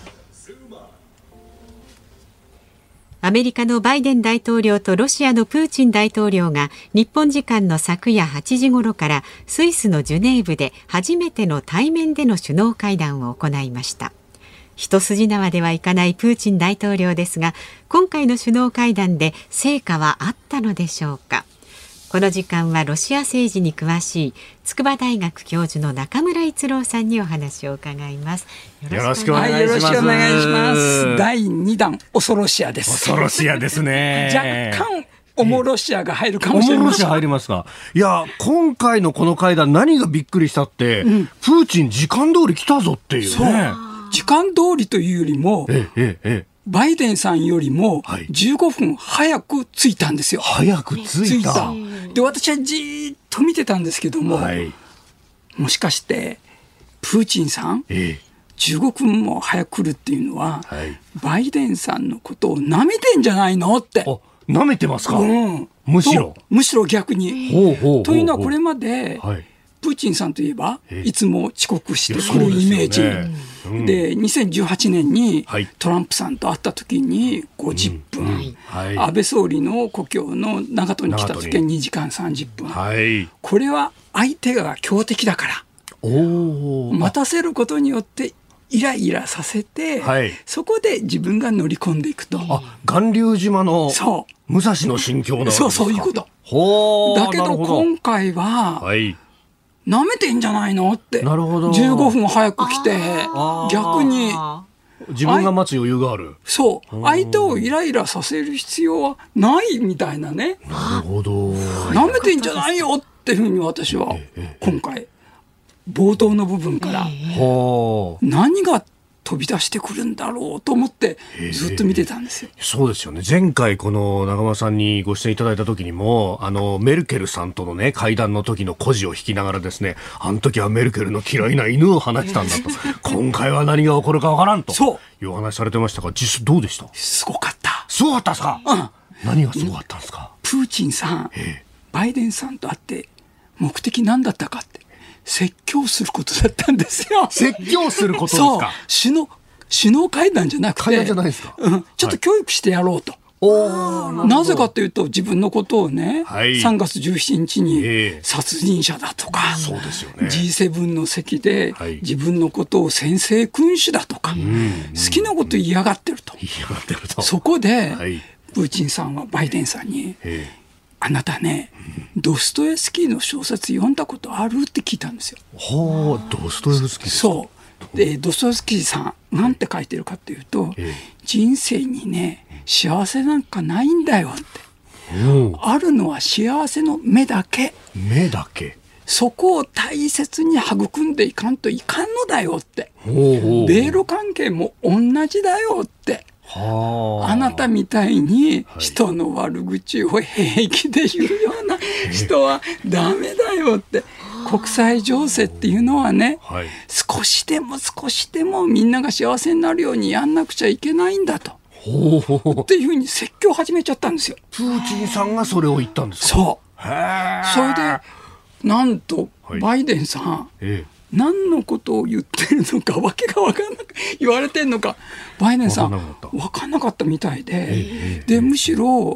アメリカのバイデン大統領とロシアのプーチン大統領が日本時間の昨夜8時ごろからスイスのジュネーブで初めての対面での首脳会談を行いました。一筋縄ではいかないプーチン大統領ですが、今回の首脳会談で成果はあったのでしょうか。この時間はロシア政治に詳しい筑波大学教授の中村逸郎さんにお話を伺います。 よろしくお願いします。 よろしくお願いします。第2弾恐ろしやです。 恐ろしやですね。 若干おもろしやが入るかもしれません。 おもろしや入りますか。いや、今回のこの会談何がびっくりしたって、プーチン時間通り来たぞっていうね。 そう、時間通りというよりも、バイデンさんよりも15分早く着いたんですよ。 早く着いた。 で、私はじーっと見てたんですけども、もしかしてプーチンさん、15分も早く来るっていうのは、バイデンさんのことを舐めてんじゃないのって。 舐めてますか。むしろ逆に。というのはこれまで、プーチンさんといえばいつも遅刻してくるイメージで、2018年にトランプさんと会った時に50分、安倍総理の故郷の長門に来た時は2時間30分、これは相手が強敵だから待たせることによってイライラさせて、そこで自分が乗り込んでいくと。 巌流島の武蔵の心境なわけですか。 そういうことだけど今回は、舐めてんじゃないのって。15分早く来て逆に自分が待つ余裕がある。 相手をイライラさせる必要はないみたいなね。舐めてんじゃないよっていうふうに私は今回冒頭の部分から何が飛び出してくるんだろうと思ってずっと見てたんですよ。 そうですよね。前回この長間さんにご出演いただいた時にもメルケルさんとのね会談の時の故事を引きながらですね、あの時はメルケルの嫌いな犬を放ちたんだと今回は何が起こるかわからんというお話されてましたが、実際どうでした？ すごかった。 すごかったですか？何がすごかったんですか？ プーチンさん、バイデンさんと会って目的何だったかって説教することだったんですよ。 説教することですか？ 首脳会談じゃなくて、 会談じゃないですか、 ちょっと教育してやろうと。なぜかというと、自分のことをね、3月17日に殺人者だとか、G7 の席で自分のことを専制君主だとか、好きなこと言いやがってると。そこでプーチンさんはバイデンさんに、あなたね、ドストエフスキーの小説読んだことあるって聞いたんですよ。 ドストエフスキー。 そうで、ドストエフスキーさんなんて書いてるかっていうと、人生にね幸せなんかないんだよって、あるのは幸せの目だけ。そこを大切に育んでいかんといかんのだよって。米ロ関係も同じだよって。あなたみたいに人の悪口を平気で言うような人はダメだよって。国際情勢っていうのはね、少しでもみんなが幸せになるようにやんなくちゃいけないんだとっていうふうに説教を始めちゃったんですよ。 プーチンさんがそれを言ったんですか？ それでなんとバイデンさん、何のことを言ってるのかわけが分からなく言われてるのか、バイデンさん分からなかったみたいで、むしろ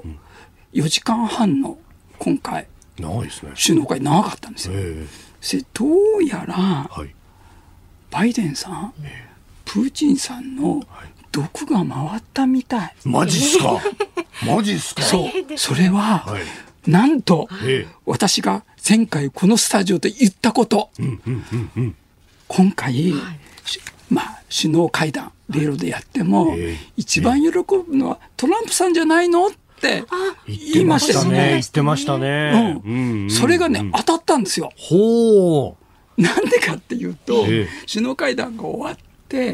4時間半の今回首脳会長かったんですよ。どうやらバイデンさん、プーチンさんの毒が回ったみたい。 マジっすか？ それは、なんと、私が前回このスタジオで言ったこと、今回、首脳会談米ロでやっても、一番喜ぶのはトランプさんじゃないのって言いましたよね。 言ってましたね。 それがね、当たったんですよ。なんでかっていうと、首脳会談が終わって、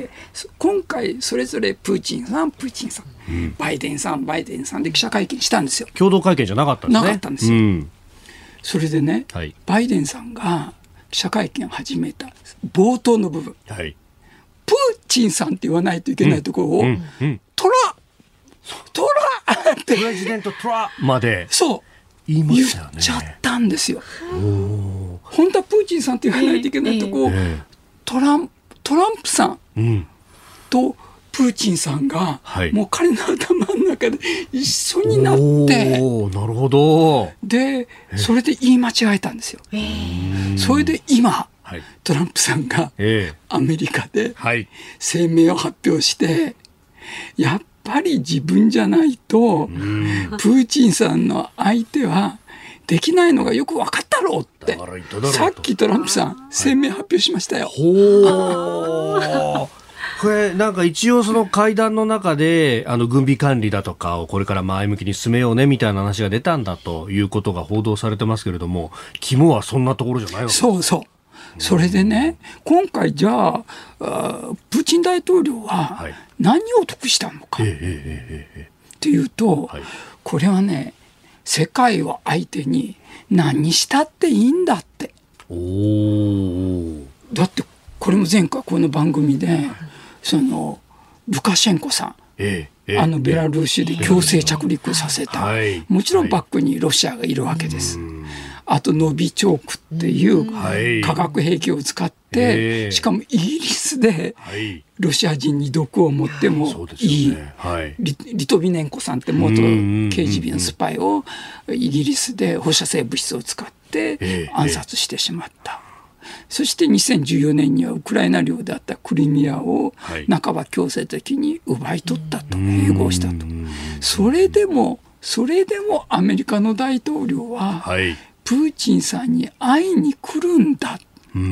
今回それぞれプーチンさん、バイデンさんで記者会見したんですよ。 共同会見じゃなかったんですね。 なかったんですよ。それでね、バイデンさんが記者会見を始めた冒頭の部分、プーチンさんって言わないといけないところを、トプレジデントトラまでそう言いましたよね。 言っちゃったんですよ。本当はプーチンさんって言わないといけないとこ、トランプさんとプーチンさんが、もう彼の頭の中で一緒になって、 なるほど。 でそれで言い間違えたんですよ。それで今、トランプさんがアメリカで声明を発表して、やっぱり自分じゃないとプーチンさんの相手はできないのがよく分かったろうってさっきトランプさん声明発表しましたよ。 これなんか一応その会談の中で軍備管理だとかをこれから前向きに進めようねみたいな話が出たんだということが報道されてますけれども、肝はそんなところじゃないわけですか。そうそう。それでね、今回じゃあプーチン大統領は何を得したのかっていうと、これはね、世界を相手に何したっていいんだって。だってこれも前回この番組でそのルカシェンコさん、ベラルーシで強制着陸させた、もちろんバックにロシアがいるわけです。あとノビチョークっていう化学兵器を使って、しかもイギリスでロシア人に毒を持ってもいい、リトビネンコさんって元 KGB のスパイをイギリスで放射性物質を使って暗殺してしまった。そして2014年にはウクライナ領であったクリミアを半ば強制的に奪い取ったと、併合したと。それでもアメリカの大統領は、プーチンさんに会いに来るんだ。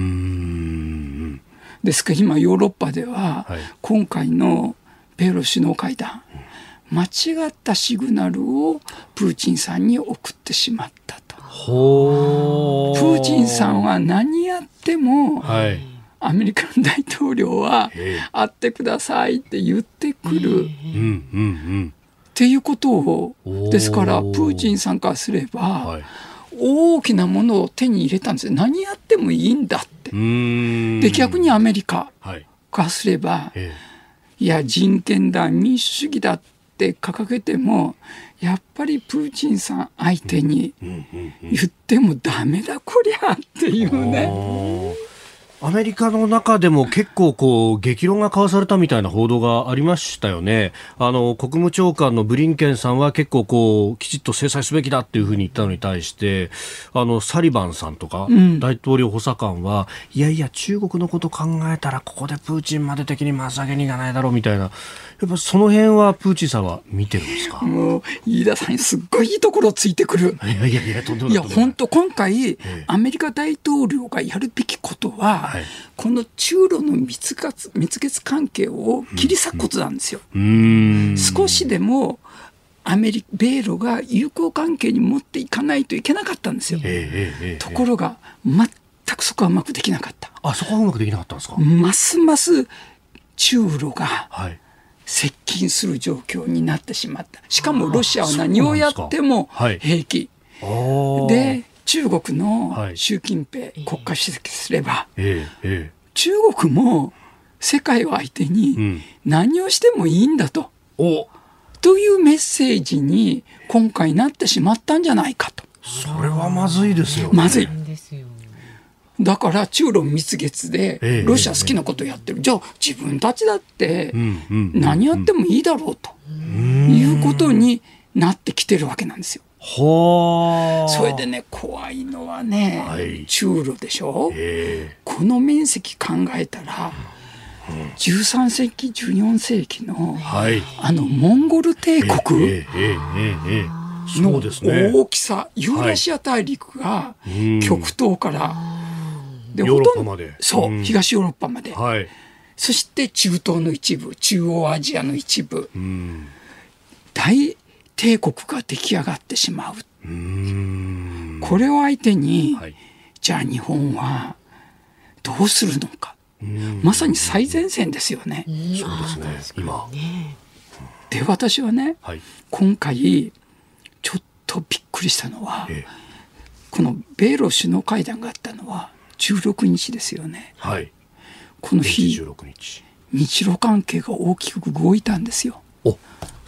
ですから今ヨーロッパでは、今回の米ロ首脳会談、間違ったシグナルをプーチンさんに送ってしまったと。プーチンさんは何やっても、アメリカの大統領は会ってくださいって言ってくる、っていうことを、ですからプーチンさんからすれば、大きなものを手に入れたんですよ。何やってもいいんだって。で逆にアメリカからすれば、いや人権だ民主主義だって掲げても、やっぱりプーチンさん相手に言ってもダメだこりゃっていうね。 アメリカの中でも結構こう激論が交わされたみたいな報道がありましたよね。国務長官のブリンケンさんは結構こうきちっと制裁すべきだっていうふうに言ったのに対して、サリバンさんとか、大統領補佐官はいやいや中国のこと考えたらここでプーチンまで敵に回すわけにいかないだろうみたいな、やっぱその辺はプーチンさんは見てるんですか。 もう飯田さんにすっごいいいところをついてくる。いや本当今回アメリカ大統領がやるべきことは、この中ロの蜜月関係を切り裂くことなんですよ。少しでも米ロが友好関係に持っていかないといけなかったんですよ。ところが全くそこはうまくできなかった。 そこはうまくできなかったんですか。 ますます中ロが接近する状況になってしまった。しかもロシアは何をやっても平気で、中国の習近平国家主席すれば、中国も世界を相手に何をしてもいいんだと、というメッセージに今回なってしまったんじゃないかと。 それはまずいですよね。 まずい。だから中ロ蜜月でロシア好きなことやってる、じゃあ自分たちだって何やってもいいだろうということになってきてるわけなんですよ。それでね、怖いのはね、中ロでしょ、この面積考えたら、13世紀14世紀の、モンゴル帝国の大きさ、ユーラシア大陸が極東からでヨーロッパまで、 東ヨーロッパまで、そして中東の一部、中央アジアの一部、大帝国が出来上がってしまう。これを相手に、じゃあ日本はどうするのか。まさに最前線ですよね。 そうですね、今。 で私はね、今回ちょっとびっくりしたのは、この米ロ首脳会談があったのは16日ですよね。この日、日露関係が大きく動いたんですよ。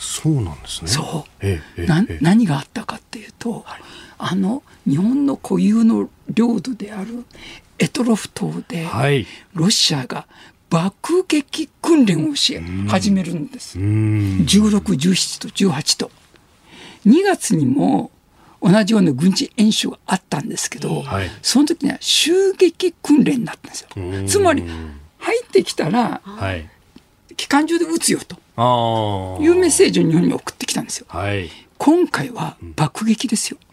そうなんですね。 そう、何があったかっていうと、日本の固有の領土である択捉島で、ロシアが爆撃訓練を始めるんです。16、17と18と。2月にも同じような軍事演習があったんですけど、その時には襲撃訓練になったんですよ。つまり入ってきたら、機関銃で撃つよというメッセージを日本に送ってきたんですよ。今回は爆撃ですよ。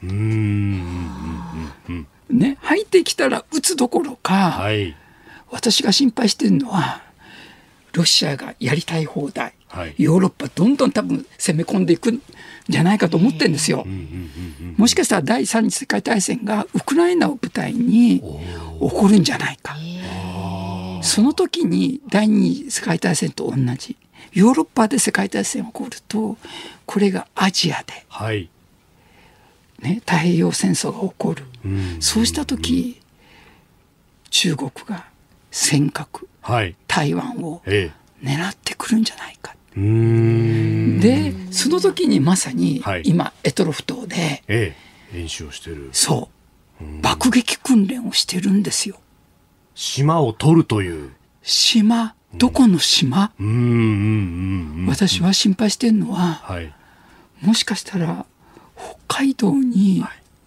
ね、入ってきたら撃つどころか、私が心配しているのはロシアがやりたい放題、ヨーロッパどんどん多分攻め込んでいくんじゃないかと思ってるんですよ。もしかしたら第3次世界大戦がウクライナを舞台に起こるんじゃないか。その時に第2次世界大戦と同じヨーロッパで世界大戦が起こると、これがアジアで、太平洋戦争が起こる。そうした時、中国が尖閣、台湾を狙ってくるんじゃないか。でその時にまさに今択捉島で、 演習をしてる。 爆撃訓練をしてるんですよ。 島を取るという。 島、どこの島？私は心配してるのは、もしかしたら北海道に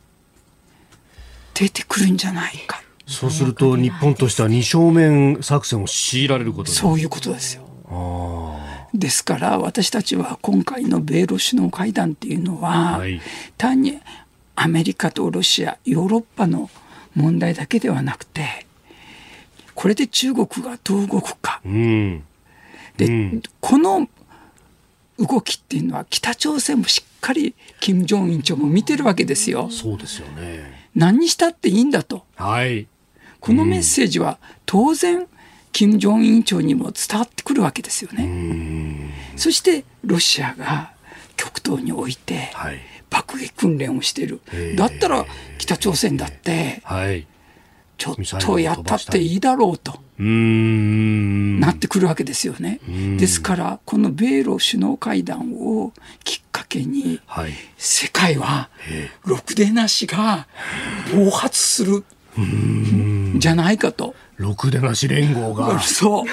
出てくるんじゃないか。 そうすると日本としては二正面作戦を強いられることに。 そういうことですよ。ですから私たちは今回の米ロ首脳会談っていうのは、単にアメリカとロシア、ヨーロッパの問題だけではなくて、これで中国がどう動くか、でこの動きっていうのは北朝鮮もしっかり金正恩長も見てるわけですよ。 そうですよね。 何にしたっていいんだと、このメッセージは当然金正恩委員長にも伝わってくるわけですよね。そしてロシアが極東において爆撃訓練をしている。だったら北朝鮮だってちょっとやったっていいだろうとなってくるわけですよね。ですからこの米ロ首脳会談をきっかけに、世界はろくでなしが暴発するじゃないかと。 ろくでなし連合が、 そう、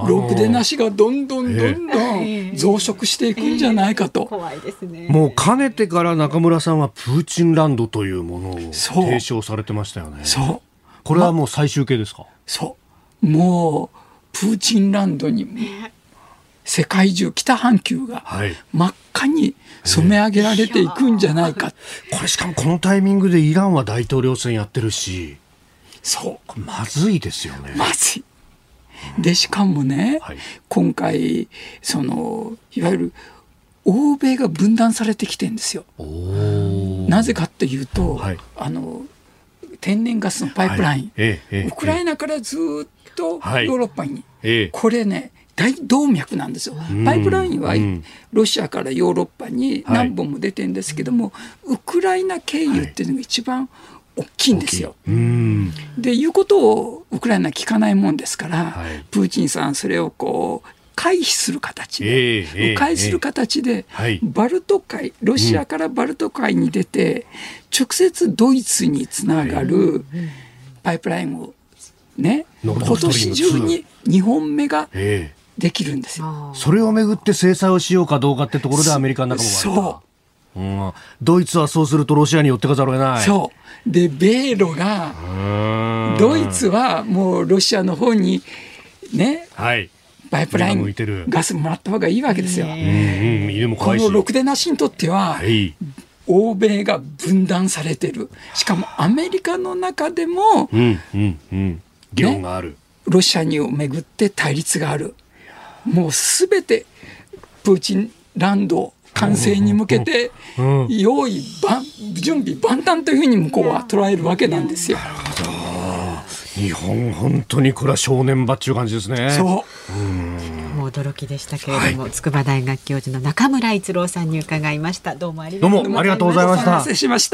ろくでなしがどんどん増殖していくんじゃないかと。 怖いですね。 もうかねてから中村さんはプーチンランドというものを提唱されてましたよね。これはもう最終形ですか？ もうプーチンランドに世界中、北半球が真っ赤に染め上げられていくんじゃないか。 これしかもこのタイミングでイランは大統領選やってるし、まずいですよね。 まずい。でしかもね、今回いわゆる欧米が分断されてきてるんですよ。なぜかっていうと、天然ガスのパイプライン、ウクライナからずっとヨーロッパに、これね大動脈なんですよ。パイプラインはロシアからヨーロッパに何本も出てるんですけども、ウクライナ経由っていうのが一番大きいんですよ。でいうことをウクライナ聞かないもんですから、プーチンさんそれをこう回避する形で、迂回する形で、バルト海、ロシアからバルト海に出て、直接ドイツにつながるパイプラインをね、今年中に2本目ができるんですよ。 それをめぐって制裁をしようかどうかってところでアメリカの仲間がある。ドイツはそうするとロシアに寄ってかざるを得ない。 で米ロが、ドイツはもうロシアの方にね、パイプラインガスもらった方がいいわけですよ。このろくでなしにとっては、欧米が分断されてる。しかもアメリカの中でも、 議論がある。 ロシアにをめぐって対立がある。もうすべてプーチンランド完成に向けて用意準備万端というふうに向こうは捉えるわけなんですよ。 なるほど。日本本当にこれは正念場っていう感じですね。 もう驚きでしたけれども、筑波大学教授の中村逸郎さんに伺いました。どうもありがとうございました。 お待たせしました。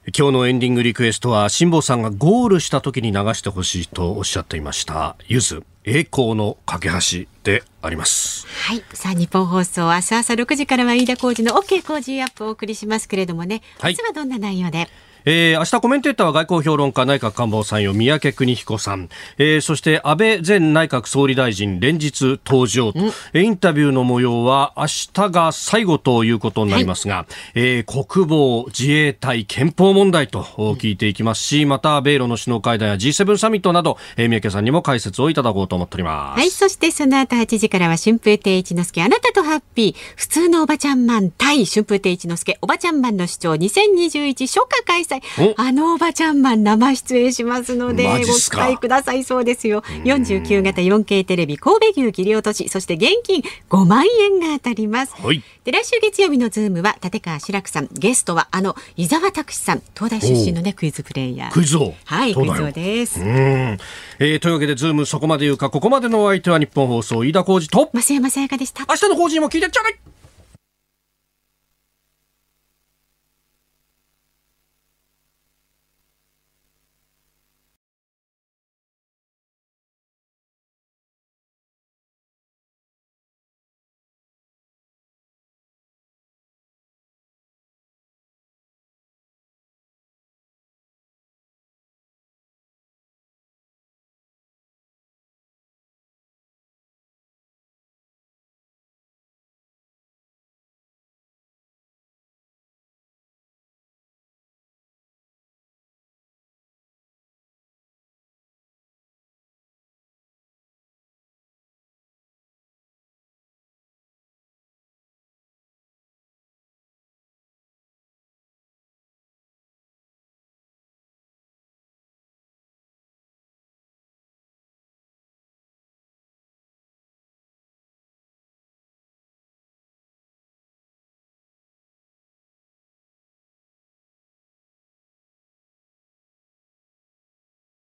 今日のエンディングリクエストは辛坊さんがゴールした時に流してほしいとおっしゃっていましたゆず栄光の架け橋であります。 はい、さあ日本放送明日朝6時からは飯田浩司の OK 工事アップをお送りしますけれどもね、明日はどんな内容で、 明日コメンテーターは外交評論家内閣官房参与三宅邦彦さん、そして安倍前内閣総理大臣連日登場と、インタビューの模様は明日が最後ということになりますが、国防自衛隊憲法問題と聞いていきますし、また米ロの首脳会談や G7 サミットなど、三宅さんにも解説をいただこうと思っております。 はい、そしてその後8時からは春風亭一之輔あなたとハッピー普通のおばちゃんマン対春風亭一之輔おばちゃんマンの主張2021初夏開催、あのおばちゃんマン生出演しますのでご期待ください。そうですよ。49型 4K テレビ神戸牛切り落とし、そして現金5万円が当たります。で来週月曜日のズームは立川志らくさん、ゲストは伊沢拓司さん、東大出身のねクイズプレイヤー、 クイズ王、 はいクイズ王です。 というわけでズームそこまで言うか、ここまでのお相手は日本放送飯田浩司と増山さやかでした。 明日の浩司にも聞いてちゃうね。